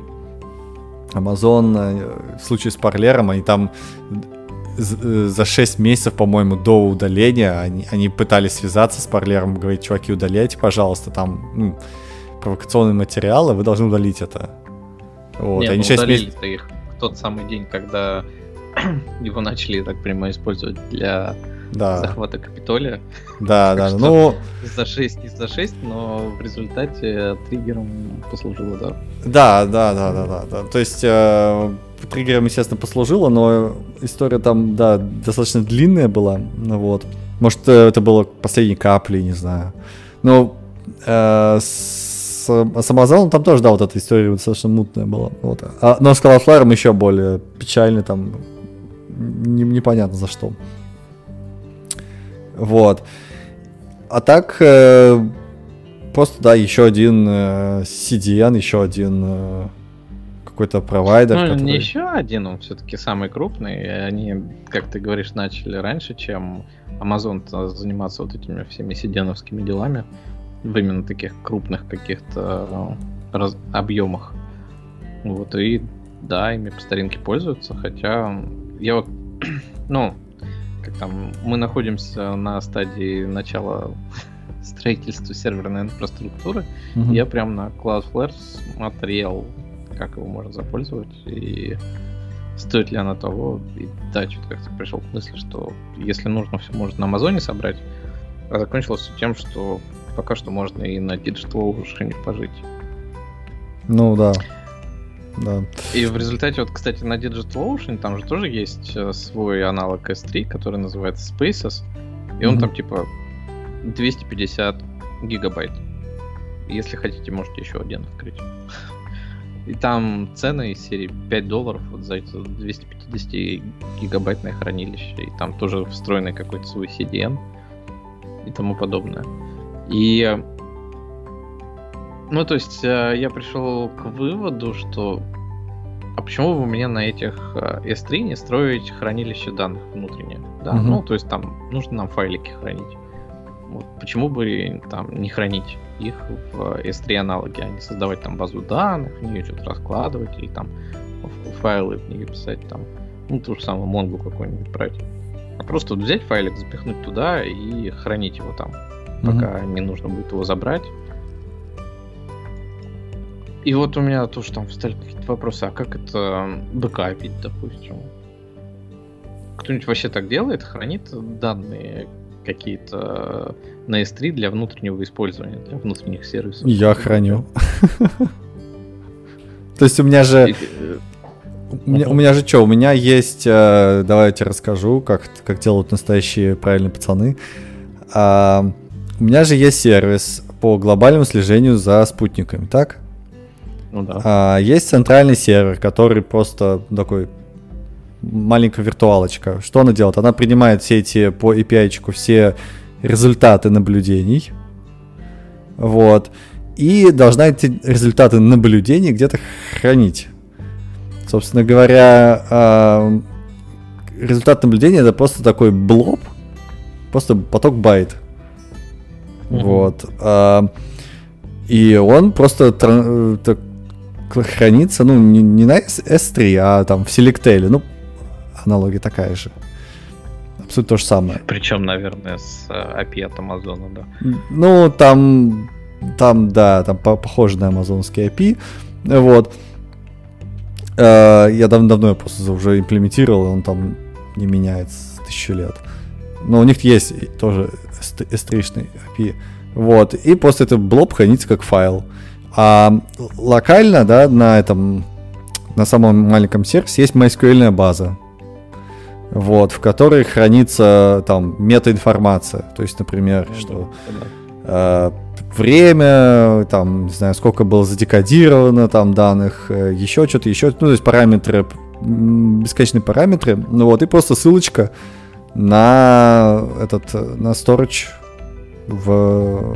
Amazon в случае с Parler, они там за 6 месяцев, по-моему, до удаления они пытались связаться с Parler, говорить: чуваки, удаляйте, пожалуйста, там провокационные материалы, вы должны удалить это. Вот. Нет, они 6 удалили-то их в тот самый день, когда его начали, я так понимаю, использовать для захвата Капитолия. Да. Ну, из-за 6, но в результате триггером послужило, да? Да. То есть триггером, естественно, послужило, но история там, да, достаточно длинная была. Вот. Может, это было последней каплей, не знаю. Но с Amazon там тоже, да, вот эта история достаточно мутная была. Вот. Но с Cloudflare еще более печальный, там непонятно за что. Вот. А так, просто, да, еще один CDN, еще один какой-то провайдер. Ну, который... не еще один, он все-таки самый крупный. Они, как ты говоришь, начали раньше, чем Amazon заниматься вот этими всеми CDN-овскими делами в именно таких крупных каких-то объемах. Вот, и да, ими по старинке пользуются, хотя я вот, ну, как там, мы находимся на стадии начала строительства серверной инфраструктуры. Я прям на Cloudflare смотрел, как его можно запользовать и стоит ли оно того. И да, что-то как-то пришел к мысли, что если нужно, все можно на Амазоне собрать. А закончилось все тем, что пока что можно и на DigitalOcean пожить. Ну да. Да. И в результате, вот, кстати, на DigitalOcean там же тоже есть свой аналог S3, который называется Spaces, и он там типа 250 гигабайт. Если хотите, можете еще один открыть. И там цены из серии $5 вот за это 250 гигабайтное хранилище, и там тоже встроенный какой-то свой CDN и тому подобное. И ну, то есть, я пришел к выводу, что а почему бы мне на этих S3 не строить хранилище данных внутреннее? Да? Ну, то есть там нужно нам файлики хранить. Вот, почему бы там не хранить их в S3 аналоге, а не создавать там базу данных, в нее что-то раскладывать и там файлы в нее писать там, ну, ту же самую Mongo какой-нибудь брать. А просто вот взять файлик, запихнуть туда и хранить его там, пока не нужно будет его забрать. И вот у меня тоже там встали какие-то вопросы, а как это бэкапить, допустим? Кто-нибудь вообще так делает? Хранит данные какие-то на S3 для внутреннего использования, для внутренних сервисов? Я храню. То есть у меня же... У меня же что? У меня есть... Давай я тебе расскажу, как делают настоящие правильные пацаны. У меня же есть сервис по глобальному слежению за спутниками, так? Ну да. Есть центральный сервер, который просто такой маленькая виртуалочка. Что она делает? Она принимает все эти по API-чику все результаты наблюдений. Вот. И должна эти результаты наблюдений где-то хранить. Собственно говоря, результат наблюдения — это просто такой блоб, просто поток байт. Вот. И он просто хранится, ну, не на S3, а там в Selectel. Ну, аналогия такая же. Абсолютно то же самое. Причем, наверное, с API от Амазона, да. Ну, там да, там похоже на амазонский API. Вот. Я давно просто уже имплементировал, он там не меняется 1000 лет. Но у них есть тоже S3-шный API. Вот. И после этого блоб хранится как файл. А локально, да, на самом маленьком сервисе есть MySQL база, вот, в которой хранится там метаинформация. То есть, например, время, там, не знаю, сколько было задекодировано там данных, еще что-то, ну, то есть параметры, бесконечные параметры, ну вот, и просто ссылочка на storage в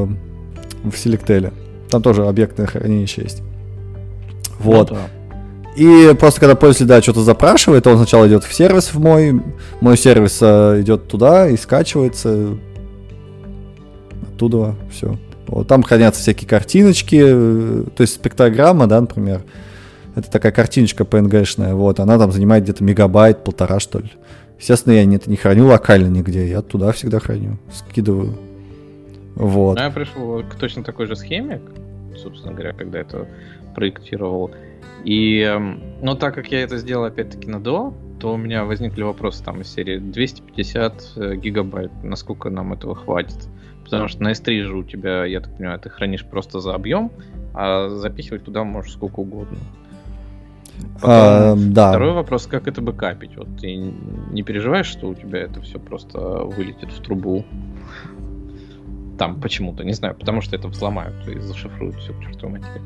Selectel. Там тоже объектное хранилище есть. Вот. Ну, да. И просто когда пользователь, да, что-то запрашивает, он сначала идет в сервис в мой сервис идет туда и скачивается оттуда все. Вот, там хранятся всякие картиночки, то есть спектрограмма, да, например, это такая картиночка PNG-шная, вот, она там занимает где-то мегабайт, 1,5, что ли. Естественно, я это не храню локально нигде, я туда всегда храню, скидываю. Вот. Я пришел к точно такой же схеме, собственно говоря, когда это проектировал. И, но так как я это сделал опять-таки на ДО, то у меня возникли вопросы там из серии 250 гигабайт, насколько нам этого хватит. Потому что на S3 же у тебя, я так понимаю, ты хранишь просто за объем, а запихивать туда можешь сколько угодно. Потом, да. Второй вопрос, как это бэкапить? Вот ты не переживаешь, что у тебя это все просто вылетит в трубу? Там почему-то, не знаю, потому что это взломают и зашифруют все к чертовой матери.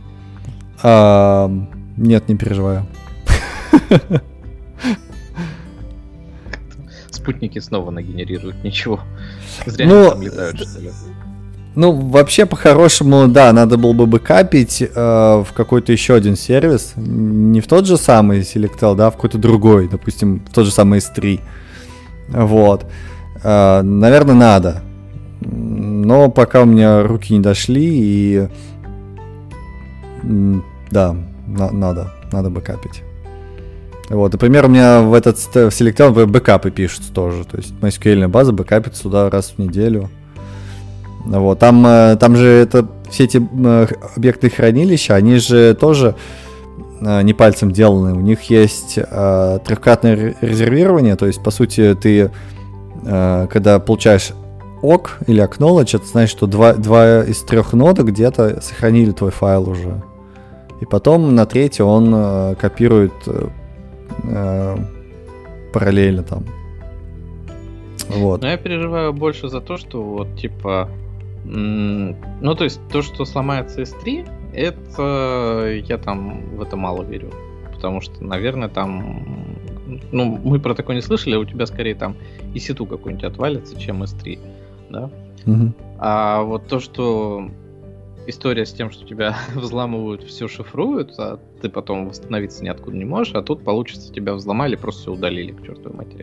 Нет, не переживаю. Спутники снова нагенерируют ничего. Зря они там летают, что ли. Ну, вообще, по-хорошему, да, надо было бы бэкапить в какой-то еще один сервис. Не в тот же самый Selectel, да, в какой-то другой, допустим, в тот же самый S3. Вот. Наверное, надо. Но пока у меня руки не дошли, и да, надо бэкапить. Вот, например, у меня в Selectel бэкапы пишутся тоже. То есть MySQL база бэкапится сюда раз в неделю. Вот, там же это все эти объектные хранилища, они же тоже не пальцем деланы. У них есть трехкратное резервирование, то есть, по сути, ты, когда получаешь ок или acknowledge, это значит, что два из 3 нода где-то сохранили твой файл уже. И потом на третий он копирует параллельно там. Вот. Но я переживаю больше за то, что вот типа... Ну, то есть, то, что сломается S3, это я там в это мало верю. Потому что, наверное, там... Ну, мы про такое не слышали, а у тебя скорее там EC2 какой-нибудь отвалится, чем S3, да? Угу. А вот то, что история с тем, что тебя взламывают, все шифруют, а ты потом восстановиться ниоткуда не можешь, а тут получится, тебя взломали, просто все удалили к чертовой матери.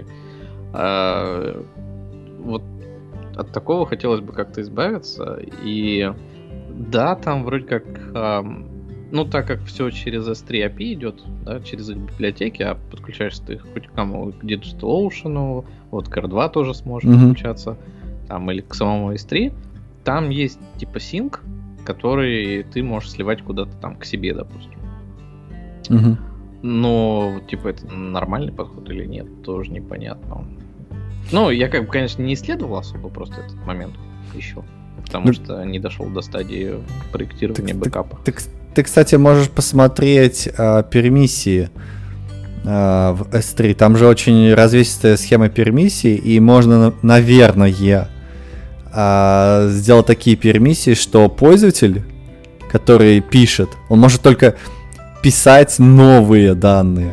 Вот от такого хотелось бы как-то избавиться. И да, там вроде как, ну так как все через S3 API идет, да, через их библиотеки, а подключаешься ты хоть к кому, к DigitalOcean, вот к R2 тоже сможешь подключаться, там, или к самому S3, там есть типа синк, который ты можешь сливать куда-то там к себе, допустим. Но типа это нормальный подход или нет, тоже непонятно. Ну, я как бы, конечно, не исследовал особо просто этот момент еще, потому что не дошел до стадии проектирования бэкапа. Ты, кстати, можешь посмотреть пермиссии в S3. Там же очень развесистая схема пермиссий, и можно, наверное, сделать такие пермиссии, что пользователь, который пишет, он может только писать новые данные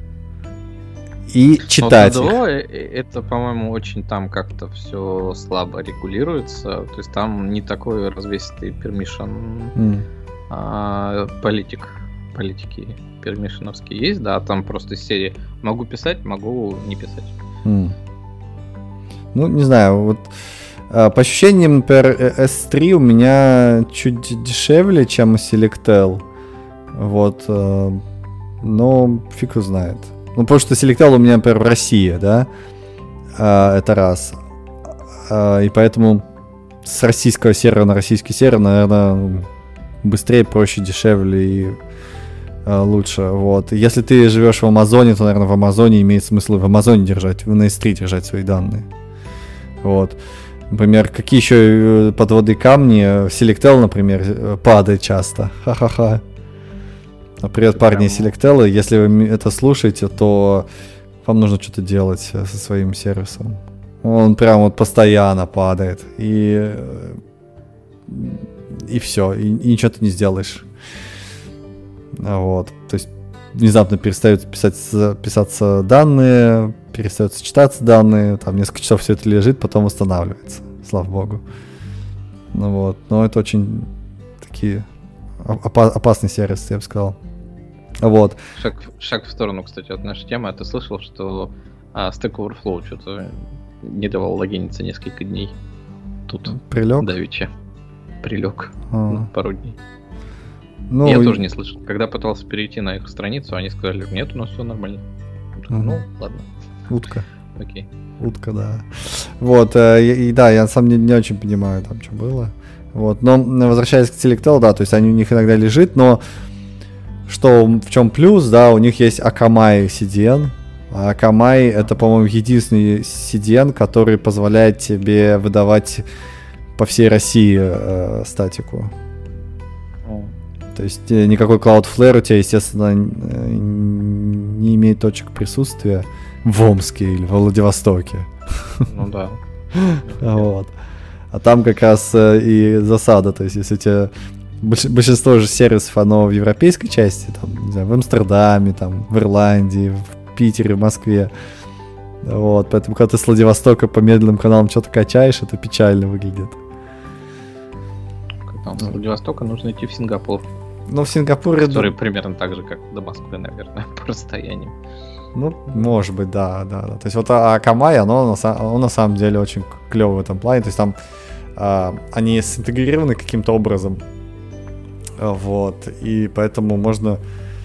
и читать их. Это, по-моему, очень там как-то все слабо регулируется. То есть там не такой развесистый permission политики пермишеновские есть, да, там просто из серии могу писать, могу не писать. Ну, не знаю, вот по ощущениям, например, S3 у меня чуть дешевле, чем Selectel. Вот, но фиг его знает. Ну, потому что Selectel у меня, например, в России, да, это раз. И поэтому с российского сервера на российский сервер, наверное, быстрее, проще, дешевле и лучше. Вот. Если ты живешь в Амазоне, то, наверное, в Амазоне имеет смысл в Амазоне держать, в S3 держать свои данные. Вот. Например, какие еще подводные камни? Selectel, например, падает часто. Ха-ха-ха. Привет, парни из Selectel. Если вы это слушаете, то вам нужно что-то делать со своим сервисом. Он прям вот постоянно падает. И все. И ничего ты не сделаешь. Вот. То есть внезапно перестают писаться данные, перестают сочетаться данные. Там несколько часов все это лежит, потом восстанавливается. Слава богу. Ну вот. Но это очень такие опасный сервис, я бы сказал. Вот. Шаг в сторону, кстати, от нашей темы. А ты слышал, что Stack Overflow что-то не давал логиниться несколько дней? Тут прилег? Давича. Прилег пару дней. Ну, я тоже не слышал. Когда пытался перейти на их страницу, они сказали, нет, у нас все нормально. Ну, ладно. Утка. Окей. Утка, да. Вот, и да, я на самом деле не очень понимаю, там, что было. Вот, но возвращаясь к Selectel, да, то есть они у них иногда лежит, но что, в чем плюс, да, у них есть Akamai CDN. А Akamai это, по-моему, единственный CDN, который позволяет тебе выдавать по всей России статику. То есть никакой Cloudflare у тебя, естественно, не имеет точек присутствия в Омске или в Владивостоке. Ну да. Вот. А там как раз и засада. То есть если у тебя большинство же сервисов, оно в европейской части, там, не знаю, в Амстердаме, там, в Ирландии, в Питере, в Москве. Вот. Поэтому, когда ты с Владивостока по медленным каналам что-то качаешь, это печально выглядит. С Владивостока нужно идти в Сингапур. Ну, в Сингапуре... Который примерно так же, как до Москвы, наверное, по расстоянию. Ну, может быть, да. То есть вот Akamai, оно на самом деле очень клево в этом плане. То есть там они синтегрированы каким-то образом. Вот. И поэтому можно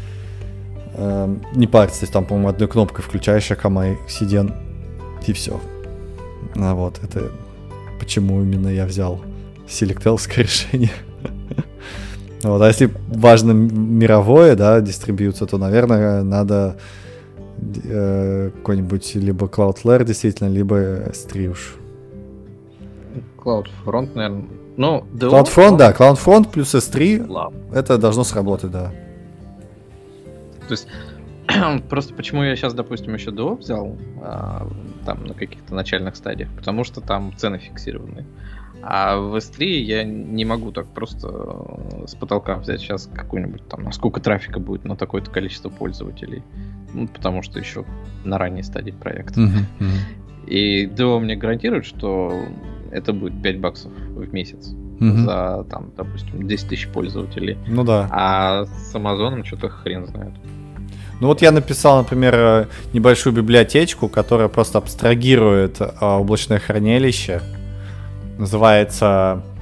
не париться. То есть там, по-моему, одной кнопкой включаешь Akamai CDN и все. Вот. Это почему именно я взял Selectel-ское решение. Вот, а если важно мировое, да, дистрибьюция, то, наверное, надо какой-нибудь либо Cloudflare действительно, либо S3 уж. CloudFront, наверное. Ну, CloudFront, да, CloudFront плюс S3, это должно сработать, да. То есть, просто почему я сейчас, допустим, еще DO взял, там, на каких-то начальных стадиях, потому что там цены фиксированные. А в S3 я не могу так просто с потолка взять сейчас какую-нибудь там, насколько трафика будет на такое-то количество пользователей. Ну, потому что еще на ранней стадии проекта. И DO мне гарантирует, что это будет $5 в месяц за, там, допустим, 10 тысяч пользователей. Ну да. А с Amazon что-то хрен знает. Ну вот я написал, например, небольшую библиотечку, которая просто абстрагирует облачное хранилище. Называется,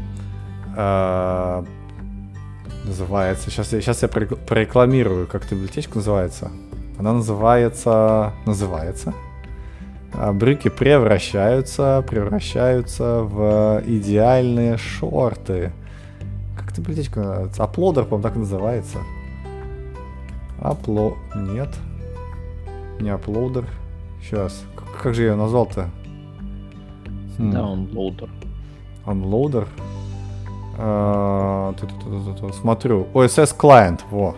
сейчас я прорекламирую, как эта библиотечка называется. Она называется брюки превращаются в идеальные шорты. Как эта библиотечка называется? Uploader, по-моему, так и называется. Нет. Не Uploader. Сейчас. Как же я ее назвал-то? Downloader. Unloader. Смотрю. OSS Client, во.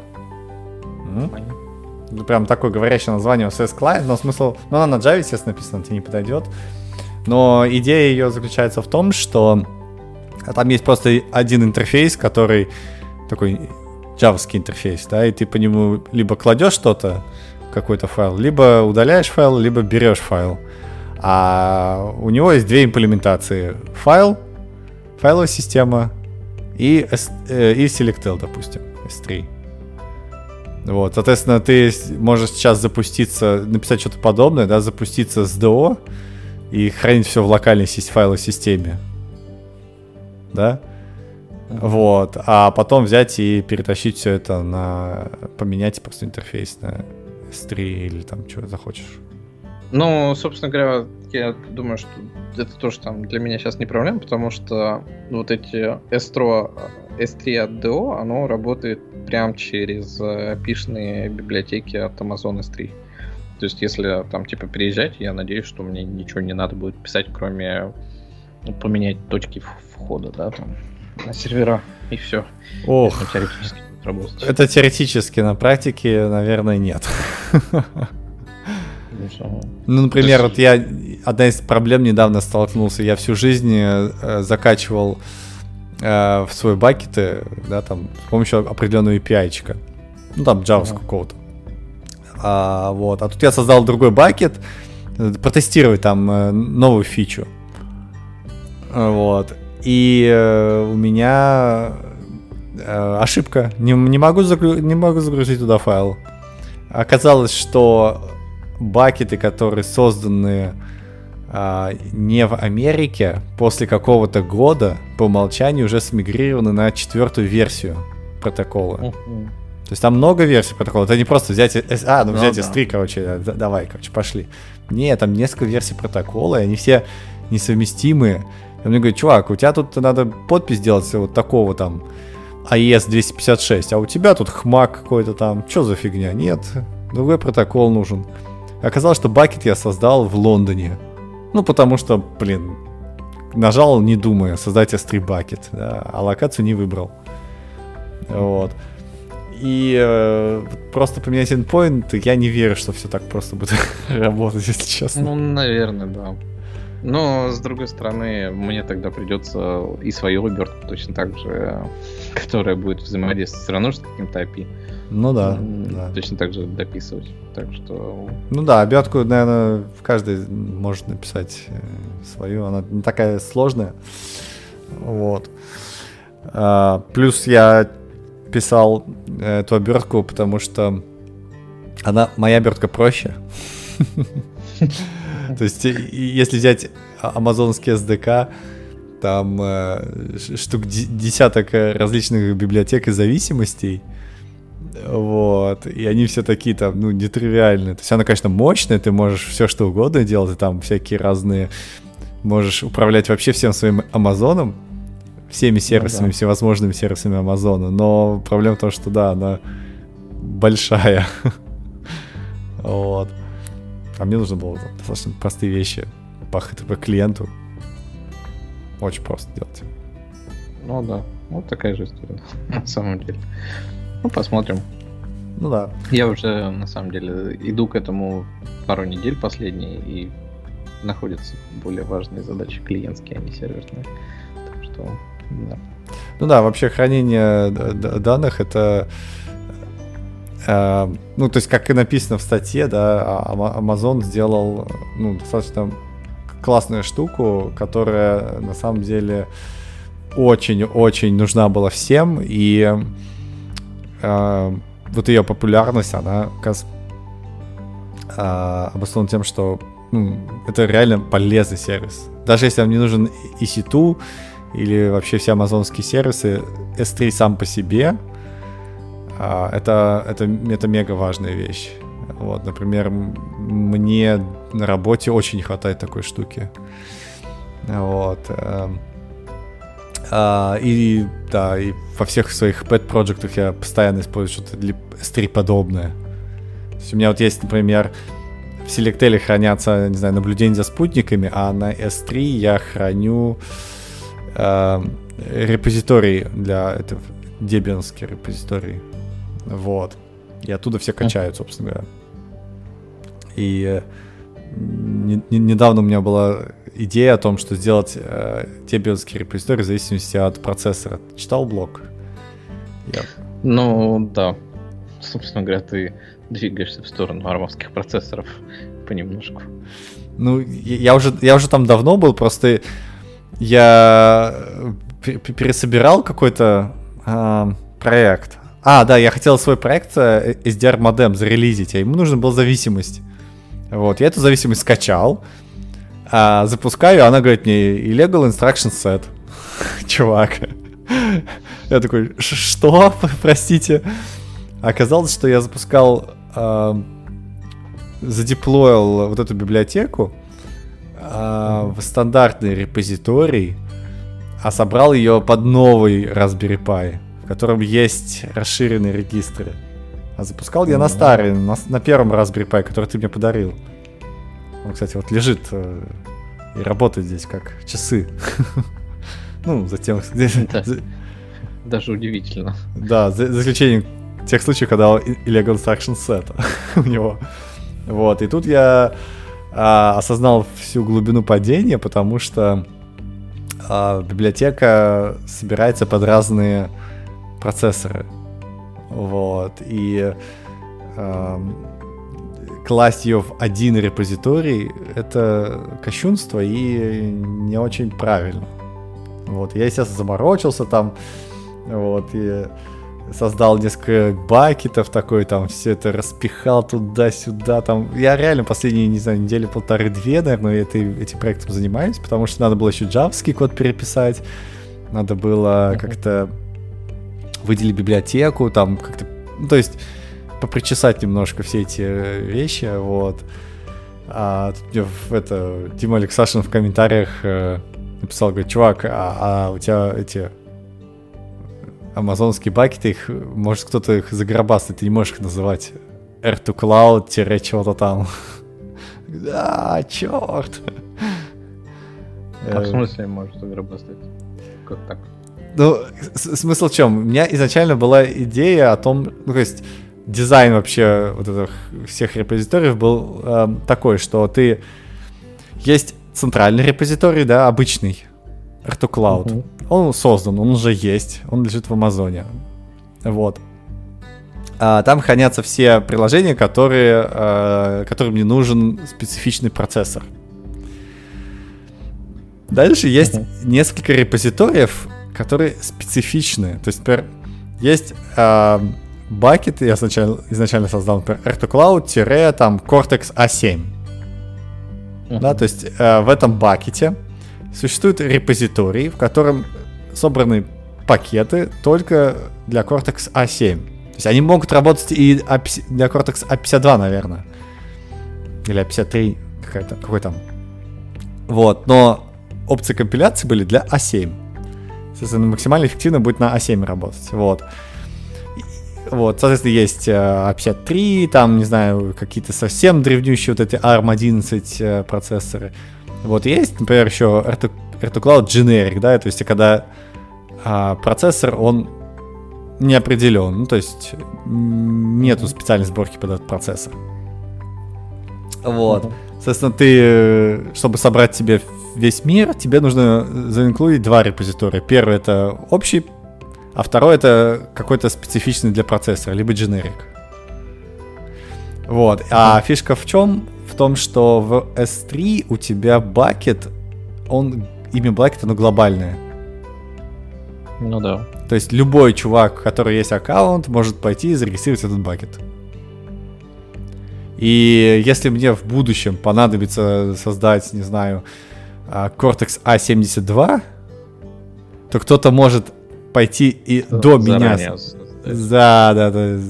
Прям такое говорящее название OSS Client, но смысл... Ну, она на Java, естественно, написана, тебе не подойдет. Но идея ее заключается в том, что там есть просто один интерфейс, который такой джавовский интерфейс, да, и ты по нему либо кладешь что-то, какой-то файл, либо удаляешь файл, либо берешь файл. А у него есть две имплементации. Файловая система и Selectel, допустим, S3. Вот, соответственно, ты можешь сейчас написать что-то подобное, да, запуститься с DO и хранить все в локальной файловой системе. Да? Вот. А потом взять и перетащить все это поменять просто интерфейс на S3 или там что захочешь. Ну, собственно говоря, я думаю, что это тоже там для меня сейчас не проблема, потому что вот эти S3 от DO, оно работает прям через API-шные библиотеки от Amazon S3. То есть, если там типа приезжать, я надеюсь, что мне ничего не надо будет писать, кроме поменять точки входа, да, там, на сервера, и все. Ох, это теоретически будет работать. Это теоретически, на практике, наверное, нет. Ну, например, вот одна из проблем недавно столкнулся. Я всю жизнь закачивал в свои бакеты, да, там, с помощью определенного API-чика. Ну, там, Java какого-то. Вот. А тут я создал другой бакет, протестировать там новую фичу. Вот. И у меня ошибка. Не могу загрузить туда файл. Оказалось, что бакеты, которые созданы не в Америке, после какого-то года по умолчанию уже смигрированы на 4-ю версию протокола. То есть там много версий протокола. Это не просто взять взять S3, короче, давай, короче, пошли. Нет, там несколько версий протокола, и они все несовместимые. И он мне говорит, чувак, у тебя тут надо подпись делать вот такого там AES 256, а у тебя тут хмак какой-то там. Что за фигня? Нет, другой протокол нужен. Оказалось, что бакет я создал в Лондоне. Ну, потому что, нажал, не думая, создать S3 бакет, да, а локацию не выбрал. Вот. И просто поменять endpoint, я не верю, что все так просто будет работать, если честно. Ну, наверное, да. Но, с другой стороны, мне тогда придется и свою обертку точно так же, которая будет взаимодействовать все равно с каким-то API. Ну да. Точно так же дописывать. Так что... Ну да, обертку, наверное, каждый может написать свою. Она не такая сложная. Вот. Плюс я писал эту обертку, потому что моя обертка проще. То есть, если взять амазонский SDK, там штук десяток различных библиотек и зависимостей, вот, и они все такие там, нетривиальные. То есть она, конечно, мощная, ты можешь все что угодно делать, и там всякие разные, можешь управлять вообще всем своим Амазоном, всеми сервисами, всевозможными сервисами Амазона, но проблема в том, что, да, она большая. Вот. А мне нужно было достаточно простые вещи по HTTP клиенту. Очень просто делать. Ну да, вот такая же история на самом деле. Ну, посмотрим. Ну да. Я уже, на самом деле, иду к этому пару недель последние, и находятся более важные задачи клиентские, а не серверные. Так что, да. Ну да, вообще хранение данных — это... то есть, как и написано в статье, да, Amazon сделал, достаточно классную штуку, которая на самом деле очень-очень нужна была всем, и вот ее популярность, она, обоснована тем, что это реально полезный сервис. Даже если вам не нужен EC2 или вообще все амазонские сервисы, S3 сам по себе это мега важная вещь. Вот, например, мне на работе очень не хватает такой штуки. Вот. И во всех своих pet-проектах я постоянно использую что-то для S3 подобное. То есть у меня вот есть, например, в Selectel хранятся, не знаю, наблюдения за спутниками, а на S3 я храню репозиторий для этого, дебианский репозиторий. Вот. И оттуда все качают, собственно говоря. И недавно у меня была идея о том, что сделать дебианский репозиторий в зависимости от процессора. Читал блог? Ну, да. Собственно говоря, ты двигаешься в сторону армовских процессоров понемножку. Ну, я уже там давно был, просто я пересобирал какой-то проект. Да, я хотел свой проект SDR модем зарелизить, а ему нужна была зависимость. Вот, я эту зависимость скачал, запускаю, она говорит мне illegal instruction set. Чувак. Я такой, что? Простите. Оказалось, что я запускал, задеплоил вот эту библиотеку в стандартный репозиторий, а собрал ее под новый Raspberry Pi, в котором есть расширенные регистры. А запускал я на старый, на первом Raspberry Pi, который ты мне подарил. Он, кстати, вот лежит и работает здесь как часы. Ну, затем... Даже удивительно. Да, за исключением тех случаев, когда illegal instruction set у него. Вот, и тут я осознал всю глубину падения, потому что библиотека собирается под разные процессоры. Вот, и класть ее в один репозиторий — это кощунство и не очень правильно. Вот, я, естественно, заморочился там, Вот, и создал несколько бакетов такой, там, все это распихал туда-сюда, там. Я реально последние, не знаю, недели полторы-две, наверное, этим проектом занимаюсь, потому что надо было еще джавский код переписать, надо было как-то выделить библиотеку, там, как-то, ну, то есть, попричесать немножко все эти вещи, вот. А тут мне Дима Алексашин в комментариях написал, говорит, чувак, а у тебя эти амазонские бакеты, их, может кто-то их загробастает, ты не можешь их называть air-to-cloud-чего-то там. Да, черт. А в смысле может загробастать? Как так? Ну, смысл в чем? У меня изначально была идея о том, ну, то есть дизайн вообще вот этих всех репозиториев был такой, что есть центральный репозиторий, да, обычный, air-to-cloud. Он создан, он уже есть, он лежит в Амазоне. Вот. Там хранятся все приложения, которым не нужен специфичный процессор. Дальше есть несколько репозиториев, которые специфичны. То есть, например, есть бакет, я изначально создал, например, air-to-cloud Cortex A7. Да, то есть в этом бакете существует репозиторий, в котором собраны пакеты только для Cortex A7. То есть они могут работать и для Cortex A52, наверное. Или A53, какой там. Вот, но опции компиляции были для A7. Соответственно, максимально эффективно будет на A7 работать. Вот. Вот, соответственно, есть A53, там, не знаю, какие-то совсем древнющие вот эти ARM11 процессоры. Вот, есть, например, еще air-to-cloud generic, да, то есть, когда процессор, он не определен, ну, то есть, нету специальной сборки под этот процессор. Вот, соответственно, чтобы собрать тебе весь мир, тебе нужно заинклюдить два репозитория. Первый — это общий, а второй — это какой-то специфичный для процессора, либо generic. Вот, а фишка в чем? В том, что в S3 у тебя бакет, имя бакета, оно глобальное. Ну да. То есть любой чувак, у которого есть аккаунт, может пойти и зарегистрировать этот бакет. И если мне в будущем понадобится создать, не знаю, Cortex A72, то кто-то может пойти и до меня... Да.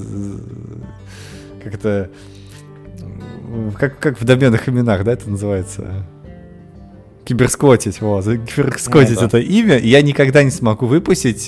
Как это... Как в доменных именах, да, это называется? Киберскотить, вот. Киберскотить это имя, и я никогда не смогу выпустить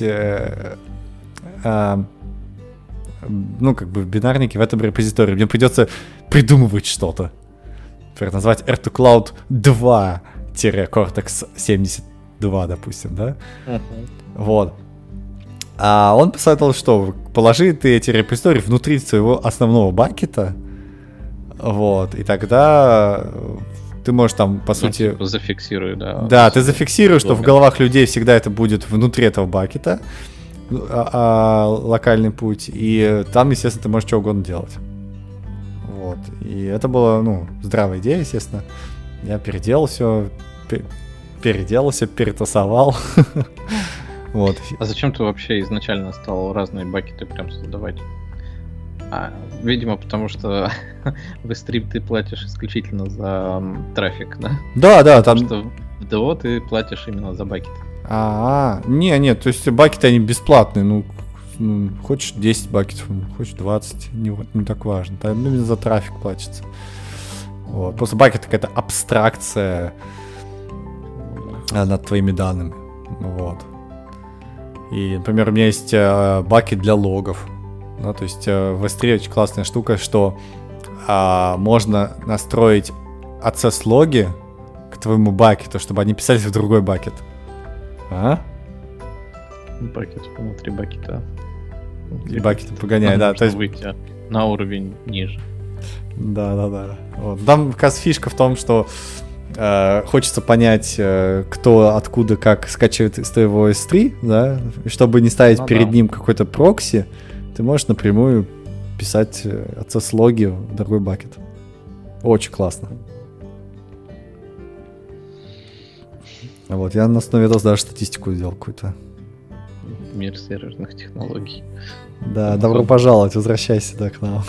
ну, как бы в бинарнике в этом репозитории. Мне придется придумывать что-то. Например, назвать air-to-cloud 2-cortex 72, допустим, да? Вот. А он посоветовал, что положи ты эти репозитории внутри своего основного бакета, вот, и тогда ты можешь там, по сути... Типа зафиксируй, да. Да, ты зафиксируешь, что в головах людей всегда это будет внутри этого бакета, локальный путь, и там, естественно, ты можешь что угодно делать. Вот, и это была, ну, здравая идея, естественно. Я переделал все, перетасовал. Вот. А зачем ты вообще изначально стал разные бакеты прям создавать? Видимо, потому что в S3 ты платишь исключительно за трафик, да? Да, там... Потому что в DO ты платишь именно за бакеты. Нет, то есть бакеты, они бесплатные, ну, хочешь 10 бакетов, хочешь 20, не так важно, там именно за трафик платится. Вот. Просто бакет — какая-то абстракция над твоими данными, вот. И, например, у меня есть бакет для логов. Да, то есть в S3 очень классная штука, что можно настроить access-логи к твоему бакету, чтобы они писались в другой бакет. Бакет внутри бакета. И бакеты погоняй, да. То есть выйти на уровень ниже. Да. Вот. Там как раз фишка в том, что хочется понять, кто откуда как скачивает из твоего S3, да, чтобы не ставить перед ним какой-то прокси, ты можешь напрямую писать access-логи в другой бакет. Очень классно. Вот, я на основе этого даже статистику сделал какую-то. Мир серверных технологий. Да, добро пожаловать, возвращайся сюда к нам.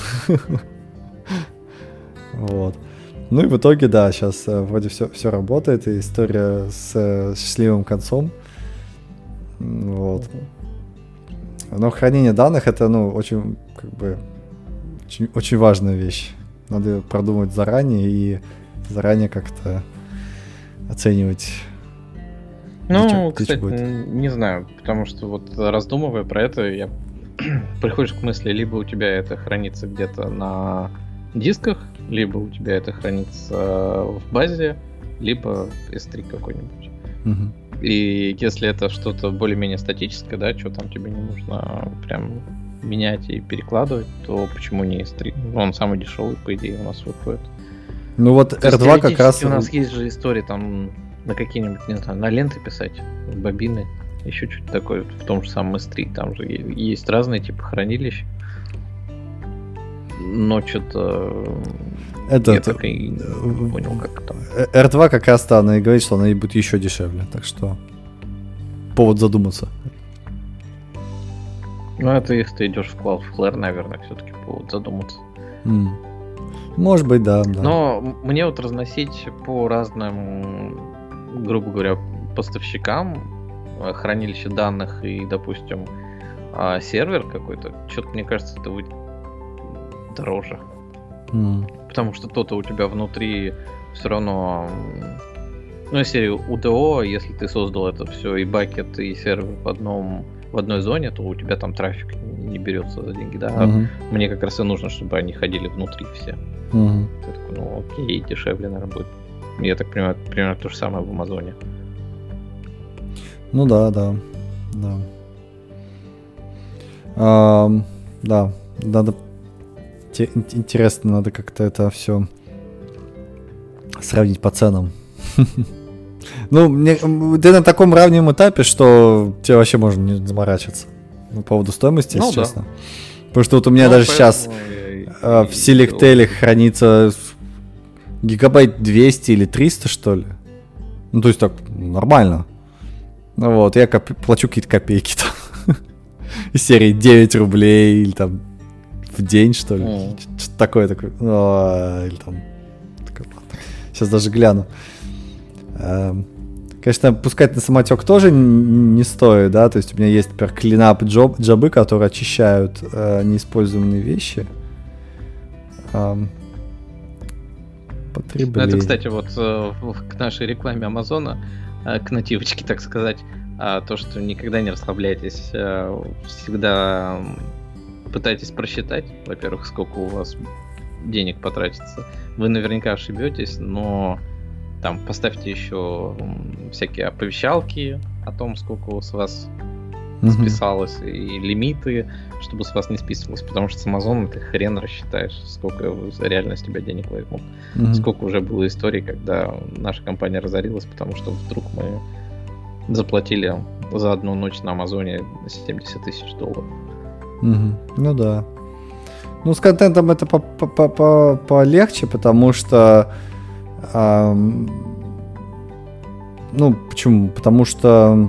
Вот. Ну и в итоге, да, сейчас вроде все работает, и история с счастливым концом. Вот. Но хранение данных это, ну, очень, как бы, очень важная вещь. Надо продумать заранее и заранее как-то оценивать. Ну, кстати, не знаю, потому что вот раздумывая про это, приходишь к мысли, либо у тебя это хранится где-то на дисках, либо у тебя это хранится в базе, либо S3 какой-нибудь. Угу. И если это что-то более-менее статическое, да, что там тебе не нужно прям менять и перекладывать, то почему не S3? Он самый дешевый, по идее, у нас выходит. Ну вот R2 как раз... У нас есть же история там на какие-нибудь, не знаю, на ленты писать, бобины, еще что-то такое, в том же самом S3, там же есть разные типы хранилищ. Но что-то я так и не понял, как там. R2 как раз-то она и говорит, что она будет еще дешевле, так что повод задуматься. Ну это если ты идешь в Cloudflare, наверное, все-таки повод задуматься. Может быть, да. Но мне вот разносить по разным, грубо говоря, поставщикам хранилище данных и, допустим, сервер какой-то, что-то, мне кажется, это будет дороже. Потому что то-то у тебя внутри все равно, ну, если УДО, если ты создал это все, и бакет, и сервер в одной зоне, то у тебя там трафик не берется за деньги, да? Мне как раз и нужно, чтобы они ходили внутри все. Ты такой, ну окей, дешевле, наверное, будет. Я так понимаю, примерно то же самое в Амазоне. Ну да. Да, надо... Интересно, надо как-то это все сравнить по ценам. Ну, ты на таком раннем этапе, что тебе вообще можно не заморачиваться по поводу стоимости, если честно. Потому что вот у меня даже сейчас в Selectel хранится гигабайт 200 или 300, что ли. Ну, то есть так, нормально. Вот, я плачу какие-то копейки там. Из серии 9 рублей или там в день, что ли. Что-то такое. Или там... Сейчас даже гляну. Конечно, пускать на самотек тоже не стоит, да, то есть у меня есть, например, клинап джобы, которые очищают неиспользуемые вещи. Потребление. Это, кстати, вот к нашей рекламе Амазона, к нативочке, так сказать, то, что никогда не расслабляйтесь, всегда пытайтесь просчитать, во-первых, сколько у вас денег потратится. Вы наверняка ошибетесь, но там поставьте еще всякие оповещалки о том, сколько с вас списалось, и лимиты, чтобы с вас не списывалось, потому что с Амазоном ты хрен рассчитаешь, сколько реально с тебя денег возьмут. Сколько уже было историй, когда наша компания разорилась, потому что вдруг мы заплатили за одну ночь на Амазоне $70 тысяч. Ну да. Ну, с контентом это полегче, потому что... ну, почему? Потому что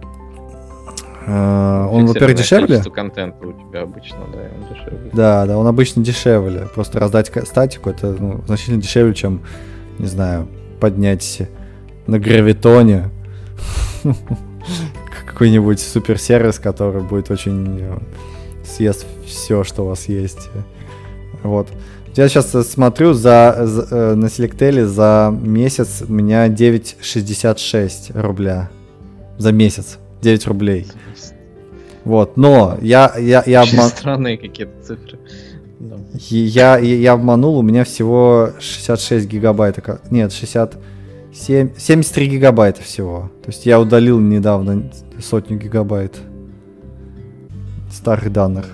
он, во-первых, дешевле. Количество контента у тебя обычно, да, он дешевле. Да, он обычно дешевле. Просто раздать статику это значительно дешевле, чем, не знаю, поднять на гравитоне какой-нибудь суперсервис, который будет очень съест все, что у вас есть. Вот. Я сейчас смотрю на Selectel за месяц у меня 9,66 рубля. За месяц. 9 рублей. Вот, но я обманул. Странные какие-то цифры. Да. Я обманул, у меня всего 66 гигабайт. Нет, 73 гигабайта всего. То есть я удалил недавно 100 гигабайт старых данных.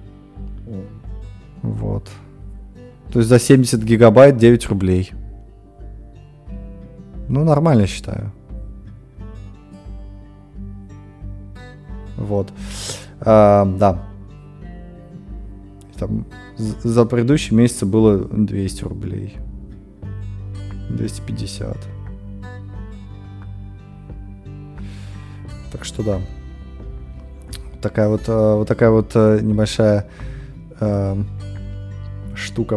Вот. То есть за 70 гигабайт 9 рублей. Ну, нормально, считаю. Вот. Да. Там, за предыдущий месяц было 200 рублей. 250. Так что да. такая вот небольшая штука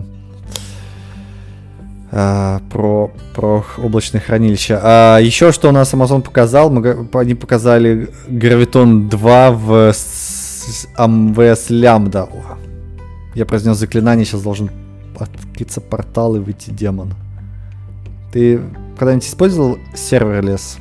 про облачное хранилище. А еще что у нас Amazon показал, они показали Graviton 2 в AWS Lambda. Я произнес заклинание, сейчас должен открыться портал и выйти демон. Ты когда-нибудь использовал серверлесс?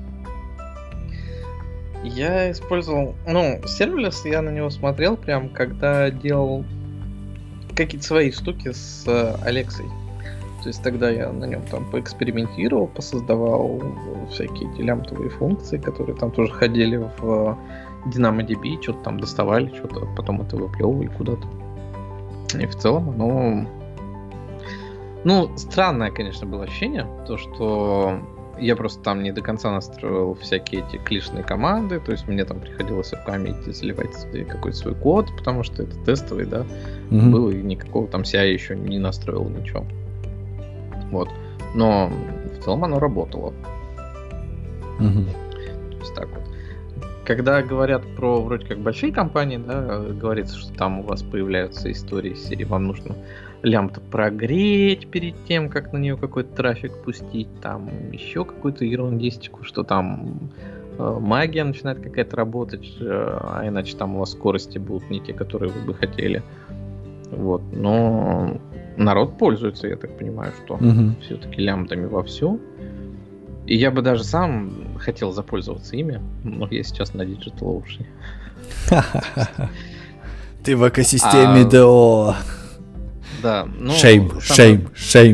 Я использовал, серверлесс, я на него смотрел прям, когда делал какие-то свои штуки с Алексой. То есть тогда я на нем там поэкспериментировал, посоздавал всякие эти лямбдовые функции, которые там тоже ходили в DynamoDB, что-то там доставали, что-то потом это выплевывали куда-то. И в целом странное, конечно, было ощущение, то, что я просто там не до конца настроил всякие эти клишные команды, то есть мне там приходилось руками идти заливать какой-то свой код, потому что это тестовый, да, был, и никакого там CI еще не настроил, ничего. Вот. Но в целом оно работало. То есть так вот. Когда говорят про вроде как большие компании, да, говорится, что там у вас появляются истории из серии, вам нужно лямбду прогреть перед тем, как на нее какой-то трафик пустить, там еще какую-то ерундистику, что там магия начинает какая-то работать, а иначе там у вас скорости будут не те, которые вы бы хотели. Вот. Но народ пользуется, я так понимаю, что все-таки лямбдами вовсю. И я бы даже сам хотел запользоваться ими, но я сейчас на DigitalOcean. Ты в экосистеме DO. Да, Shame.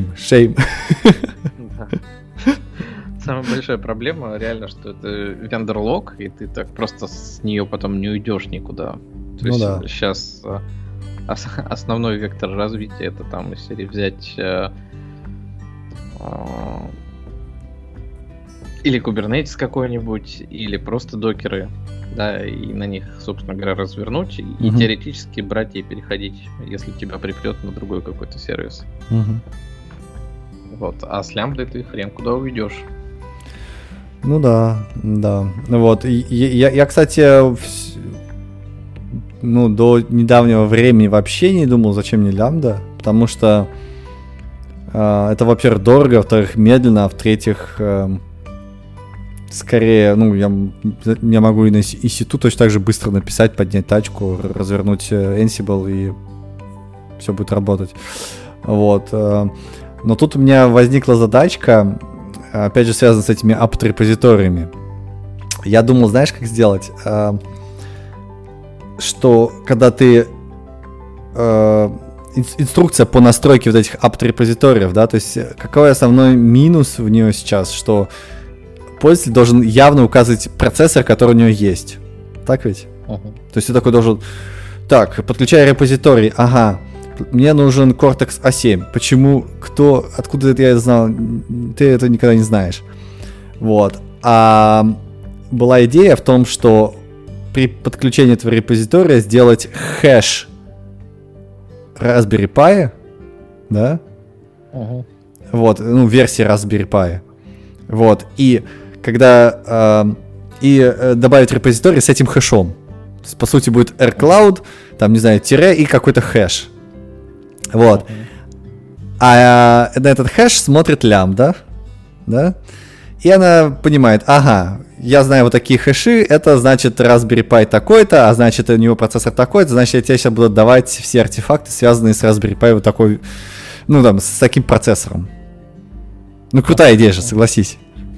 Самая большая проблема реально, что это вендор-лок, и ты так просто с нее потом не уйдешь никуда. То есть сейчас основной вектор развития это там из серии взять или Kubernetes какой-нибудь, или просто докеры, да, и на них, собственно говоря, развернуть, и теоретически брать и переходить, если тебя припрет на другой какой-то сервис. Вот, а с лямбдой ты хрен куда уйдешь. Ну да. Вот, я, кстати, до недавнего времени вообще не думал, зачем мне лямбда, потому что это, во-первых, дорого, во-вторых, медленно, а в-третьих, скорее, я могу и на EC2 точно так же быстро написать, поднять тачку, развернуть Ansible, и все будет работать. Вот. Но тут у меня возникла задачка, опять же, связанная с этими apt-репозиториями. Я думал, знаешь, как сделать? Что, когда ты... инструкция по настройке вот этих apt-репозиториев, да, то есть какой основной минус в нее сейчас, что пользователь должен явно указывать процессор, который у него есть. Так ведь? То есть ты такой должен... Так, подключай репозиторий. Ага, мне нужен Cortex A7. Почему? Кто? Откуда это я знал? Ты это никогда не знаешь. Вот. А была идея в том, что при подключении этого репозитория сделать хэш Raspberry Pi, да? Вот, версии Raspberry Pi. Вот, и когда добавить репозиторий с этим хэшом. То есть, по сути, будет rcloud, там, не знаю, тире и какой-то хэш. Вот. А на этот хэш смотрит лямбда, да? И она понимает, ага, я знаю вот такие хэши, это значит Raspberry Pi такой-то, а значит у него процессор такой-то, значит я тебе сейчас буду давать все артефакты, связанные с Raspberry Pi вот такой, с таким процессором. Крутая идея же, согласись.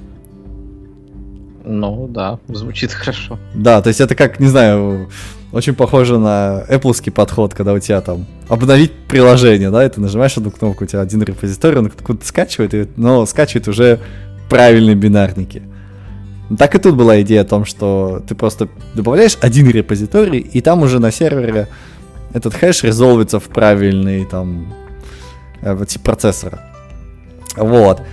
Да, звучит хорошо. Да, то есть это как, не знаю, очень похоже на Apple'ский подход, когда у тебя там обновить приложение, да, и ты нажимаешь одну кнопку, у тебя один репозиторий, он откуда-то скачивает, но скачивает уже правильные бинарники. Так и тут была идея о том, что ты просто добавляешь один репозиторий, и там уже на сервере этот хэш резолвится в правильный там тип процессора. Вот.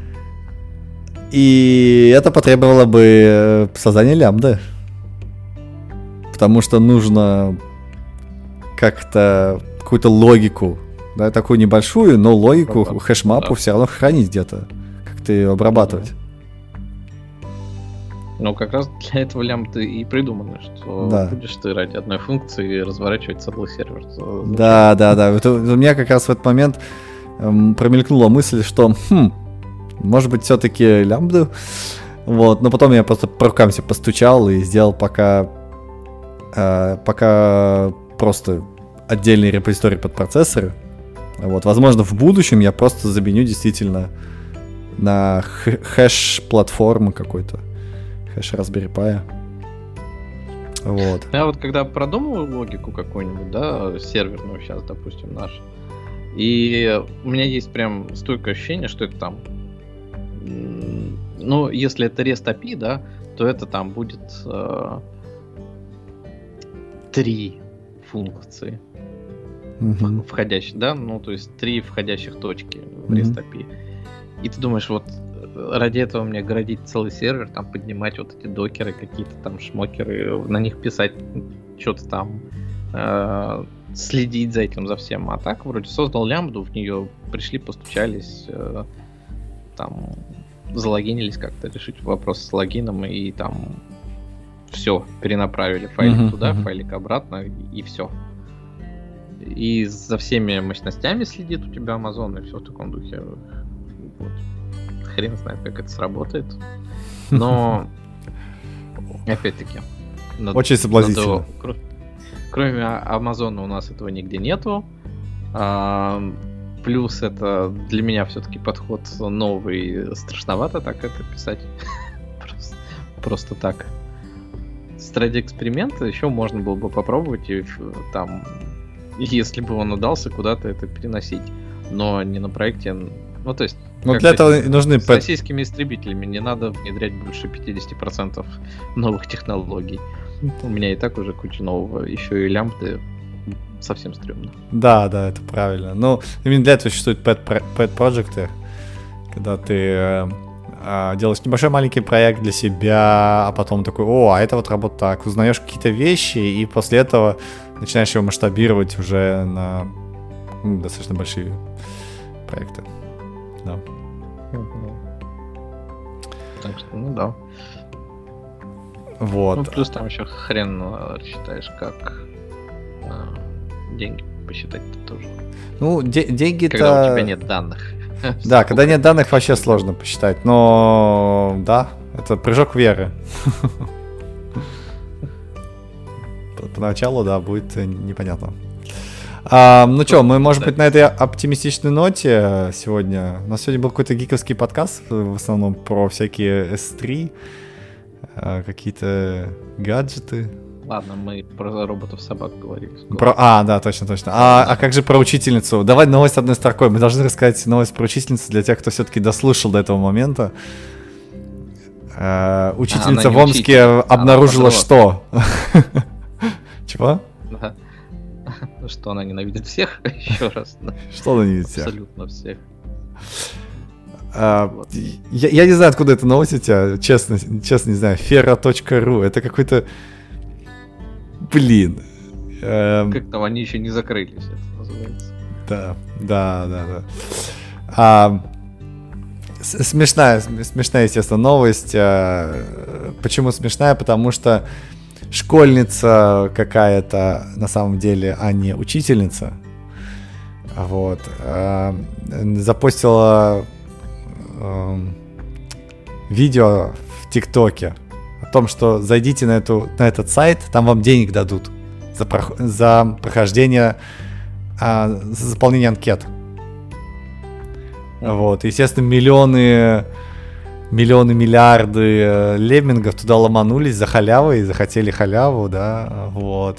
И это потребовало бы создания лямбды. Потому что нужно как-то какую-то логику, да, такую небольшую, но логику, хэшмапу все равно хранить где-то. Как-то ее обрабатывать. Ну, как раз для этого лямбды и придуманы, что будешь ты ради одной функции разворачивать целый сервер. Да. Это, у меня как раз в этот момент промелькнула мысль, что, может быть, все-таки лямбду. Вот, но потом я просто по рукам себе постучал и сделал пока просто отдельный репозиторий под процессоры. Вот, возможно, в будущем я просто заменю действительно на хэш-платформу какой-то. Хэш Raspberry Pi. Вот. Я вот когда продумываю логику какую-нибудь, да, серверную сейчас, допустим, нашу, и у меня есть прям стойкое ощущение, что это там, ну, если это REST API, да, то это там будет 3 функции входящих, да, ну, то есть 3 входящих точки в REST API. И ты думаешь, вот ради этого мне городить целый сервер, там поднимать вот эти докеры, какие-то там шмокеры, на них писать что-то там, следить за этим, за всем. А так вроде создал лямбду, в нее пришли, постучались, там залогинились как-то, решить вопрос с логином, и там все, перенаправили файлик туда, файлик обратно, и все. И за всеми мощностями следит у тебя Amazon, и все в таком духе. Вот. Хрен знает, как это сработает. Но опять-таки очень соблазнительно. Кроме Амазона у нас этого нигде нету. Плюс это для меня все-таки подход новый. Страшновато так это писать. Просто так. Ради эксперимента еще можно было бы попробовать и там, если бы он удался, куда-то это переносить. Но не на проекте. Ну, то есть, для этого нужны с российскими истребителями не надо внедрять больше 50% новых технологий. У меня и так уже куча нового. Еще и лямбды совсем стрёмно. Да, это правильно. Но именно для этого существуют pet-проекты, когда ты делаешь небольшой маленький проект для себя, а потом такой, а это вот работает так. Узнаешь какие-то вещи, и после этого начинаешь его масштабировать уже на достаточно большие проекты. Да. Так что, да. Вот. Ну, плюс там еще хрен считаешь, как деньги посчитать-то тоже. Ну, деньги-то... Когда у тебя нет данных. Да, когда нет данных, вообще сложно посчитать. Но, да, это прыжок веры. Поначалу, да, будет непонятно. Ну что, мы, может быть, на этой оптимистичной ноте сегодня... У нас сегодня был какой-то гиковский подкаст, в основном про всякие S3, какие-то гаджеты. Ладно, мы про роботов-собак говорили. Да, точно. А как же про учительницу? Давай новость одной строкой. Мы должны рассказать новость про учительницу для тех, кто все-таки дослушал до этого момента. Учительница в Омске обнаружила что? Чего? Что она ненавидит всех, еще раз. Что она ненавидит всех? Абсолютно всех. Я не знаю, откуда эта новость у тебя, честно не знаю. Fera.ru, это какой-то... Блин. Как там они еще не закрылись, это называется. Да. Смешная, естественно, новость. Почему смешная? Потому что школьница какая-то на самом деле, а не учительница. Вот. Запостила видео в ТикТоке о том, что зайдите на этот сайт, там вам денег дадут за прохождение, за заполнение анкет. Вот. Естественно, миллиарды леммингов туда ломанулись за халявой, захотели халяву, да, вот.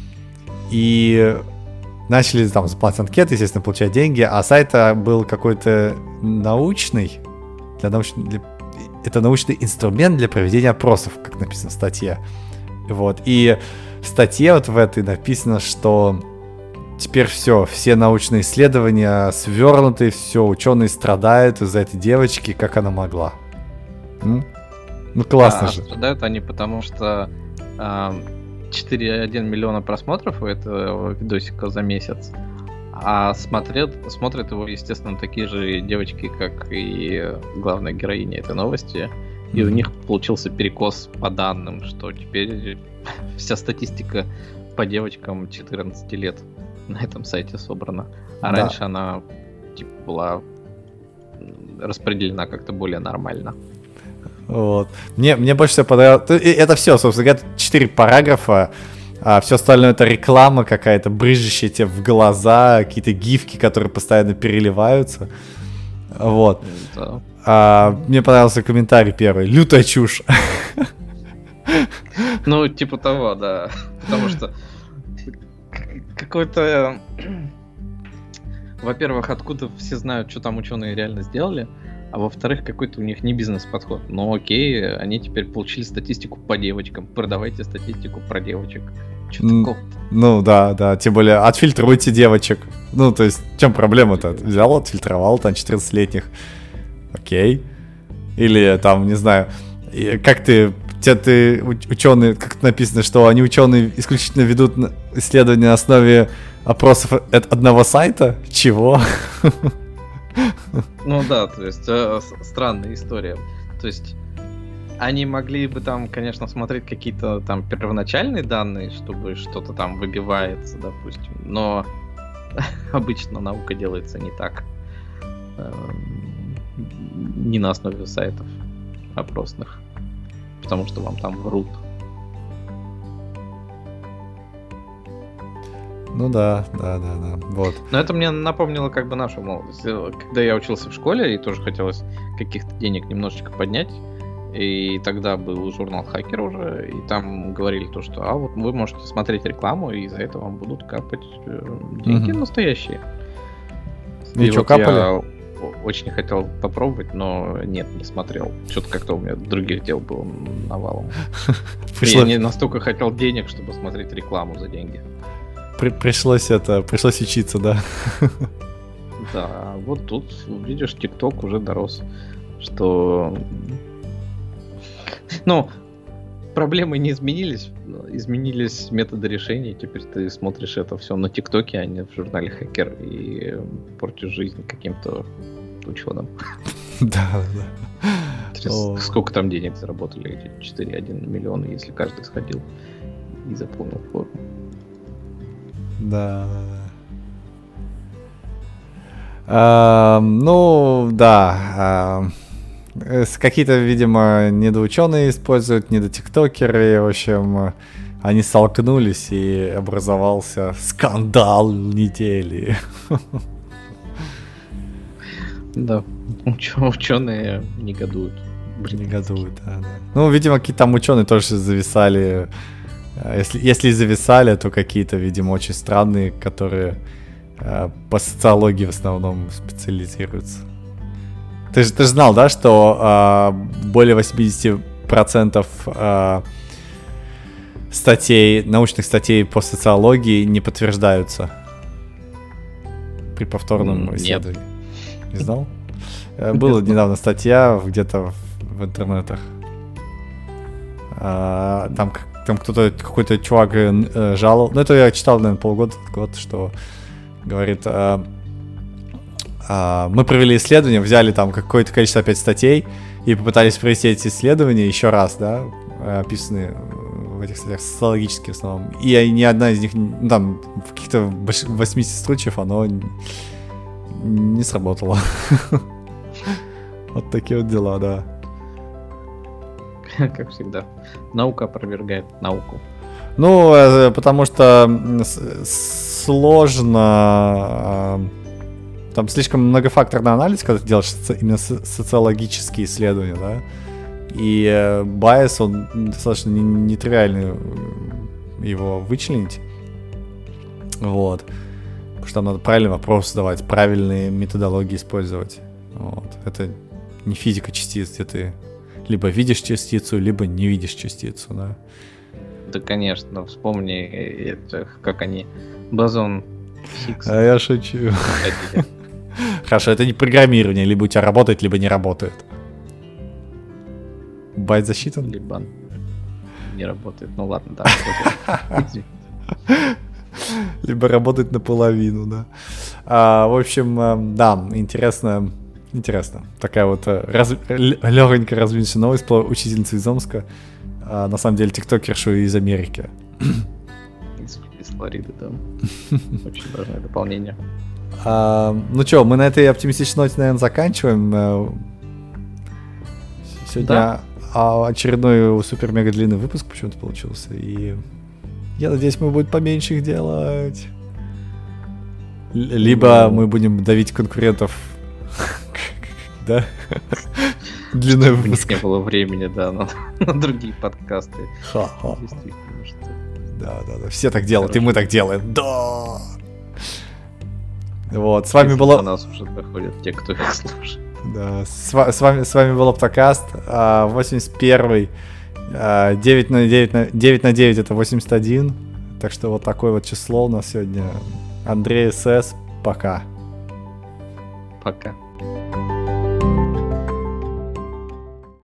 И начали там заполнять анкеты, естественно, получать деньги, а сайт был какой-то научный, это научный инструмент для проведения опросов, как написано в статье. Вот. И в статье вот в этой написано, что теперь все научные исследования свернуты, все, ученые страдают из-за этой девочки, как она могла. Ну, классно же. Страдают они, потому что 4,1 миллиона просмотров у этого видосика за месяц, а смотрят его, естественно, такие же девочки, как и главная героиня этой новости, И у них получился перекос по данным, что теперь вся статистика по девочкам 14 лет на этом сайте собрана. А Да. раньше она типа была распределена как-то более нормально. Вот. Мне больше всего понравилось. И это все, собственно говоря, 4 параграфа. А все остальное это реклама какая-то, брызжащая тебе в глаза, какие-то гифки, которые постоянно переливаются. Вот. Да. Мне понравился комментарий первый. Лютая чушь. Ну, типа того, да. Потому что какой-то... Во-первых, откуда все знают, что там ученые реально сделали, а во-вторых, какой-то у них не бизнес-подход. Ну окей, они теперь получили статистику по девочкам. Продавайте статистику про девочек. Что такого? Ну да, тем более отфильтруйте девочек. Ну, то есть, в чем проблема-то? Взял, отфильтровал там 14-летних. Окей. Или там, не знаю, как ты ученые, как написано, что они ученые исключительно ведут исследования на основе опросов от одного сайта? Чего? Ну да, то есть странная история. То есть они могли бы там, конечно, смотреть какие-то там первоначальные данные, чтобы что-то там выбивается, допустим, но обычно наука делается не так. Не на основе сайтов опросных, потому что вам там врут. Ну да, вот. Но это мне напомнило как бы нашу молодость. Когда я учился в школе, и тоже хотелось каких-то денег немножечко поднять, и тогда был журнал «Хакер» уже, и там говорили то, что вот вы можете смотреть рекламу, и за это вам будут капать деньги настоящие. И что, вот капали? Я очень хотел попробовать, но нет, не смотрел. Что-то как-то у меня других дел было навалом. Я не настолько хотел денег, чтобы смотреть рекламу за деньги. Пришлось учиться, да. Да, вот тут, видишь, ТикТок уже дорос, что... Ну, проблемы не изменились, изменились методы решения, теперь ты смотришь это все на ТикТоке, а не в журнале «Хакер», и портишь жизнь каким-то ученым. Да. Сколько там денег заработали эти 4,1 миллиона, если каждый сходил и заполнил форму. Да. Ну, да. Какие-то, видимо, недоученые используют, недотиктокеры. В общем, они столкнулись, и образовался скандал недели. Да. Ученые негодуют. Негодуют, да. Ну, видимо, какие-то там ученые тоже зависали. Если и зависали, то какие-то, видимо, очень странные, которые по социологии в основном специализируются. Ты же знал, да, что более 80% научных статей по социологии не подтверждаются при повторном исследовании? Не знал? Была недавно статья где-то в интернетах. Там какой-то чувак жаловал. Ну, это я читал, наверное, полгода, что говорит, мы провели исследование, взяли там какое-то количество опять статей и попытались провести эти исследования еще раз, да, описанные в этих статьях социологически в основном. И ни одна из них, ну, там, в каких-то 80 случаев оно не сработало. Вот такие вот дела, да. Как всегда. Наука опровергает науку. Ну, потому что сложно... Там слишком многофакторный анализ, когда ты делаешь именно социологические исследования, да? И байс, он достаточно нетривиальный его вычленить. Вот. Потому что там надо правильный вопрос задавать, правильные методологии использовать. Вот. Это не физика частиц, где ты либо видишь частицу, либо не видишь частицу, да. Да, конечно, вспомни, как они бозон Хиггса. А я шучу. Хорошо, это не программирование, либо у тебя работает, либо не работает. Байт засчитан? Либо не работает, ну ладно, да. Либо работает наполовину, да. В общем, да, интересно Интересно. Такая вот легонькая развившая новость про учительницу из Омска. На самом деле тиктокершу из Америки. Из Флориды, да. Очень важное дополнение. Ну что, мы на этой оптимистичной ноте, наверное, заканчиваем. Сегодня очередной супер-мега длинный выпуск почему-то получился. И я надеюсь, мы будем поменьше их делать. Либо мы будем давить конкурентов. Да? Длинный выпуск. У них не было времени, да, на другие подкасты. Ха-ха. Действительно, что... Да. Все так делают, и мы так делаем. Да! Вот, с вами было... До нас уже доходят те, кто их слушает. Да, с вами был Оптокаст, 81-й, 9 на 9 это 81, так что вот такое вот число у нас сегодня. Андрей СС, пока. Пока.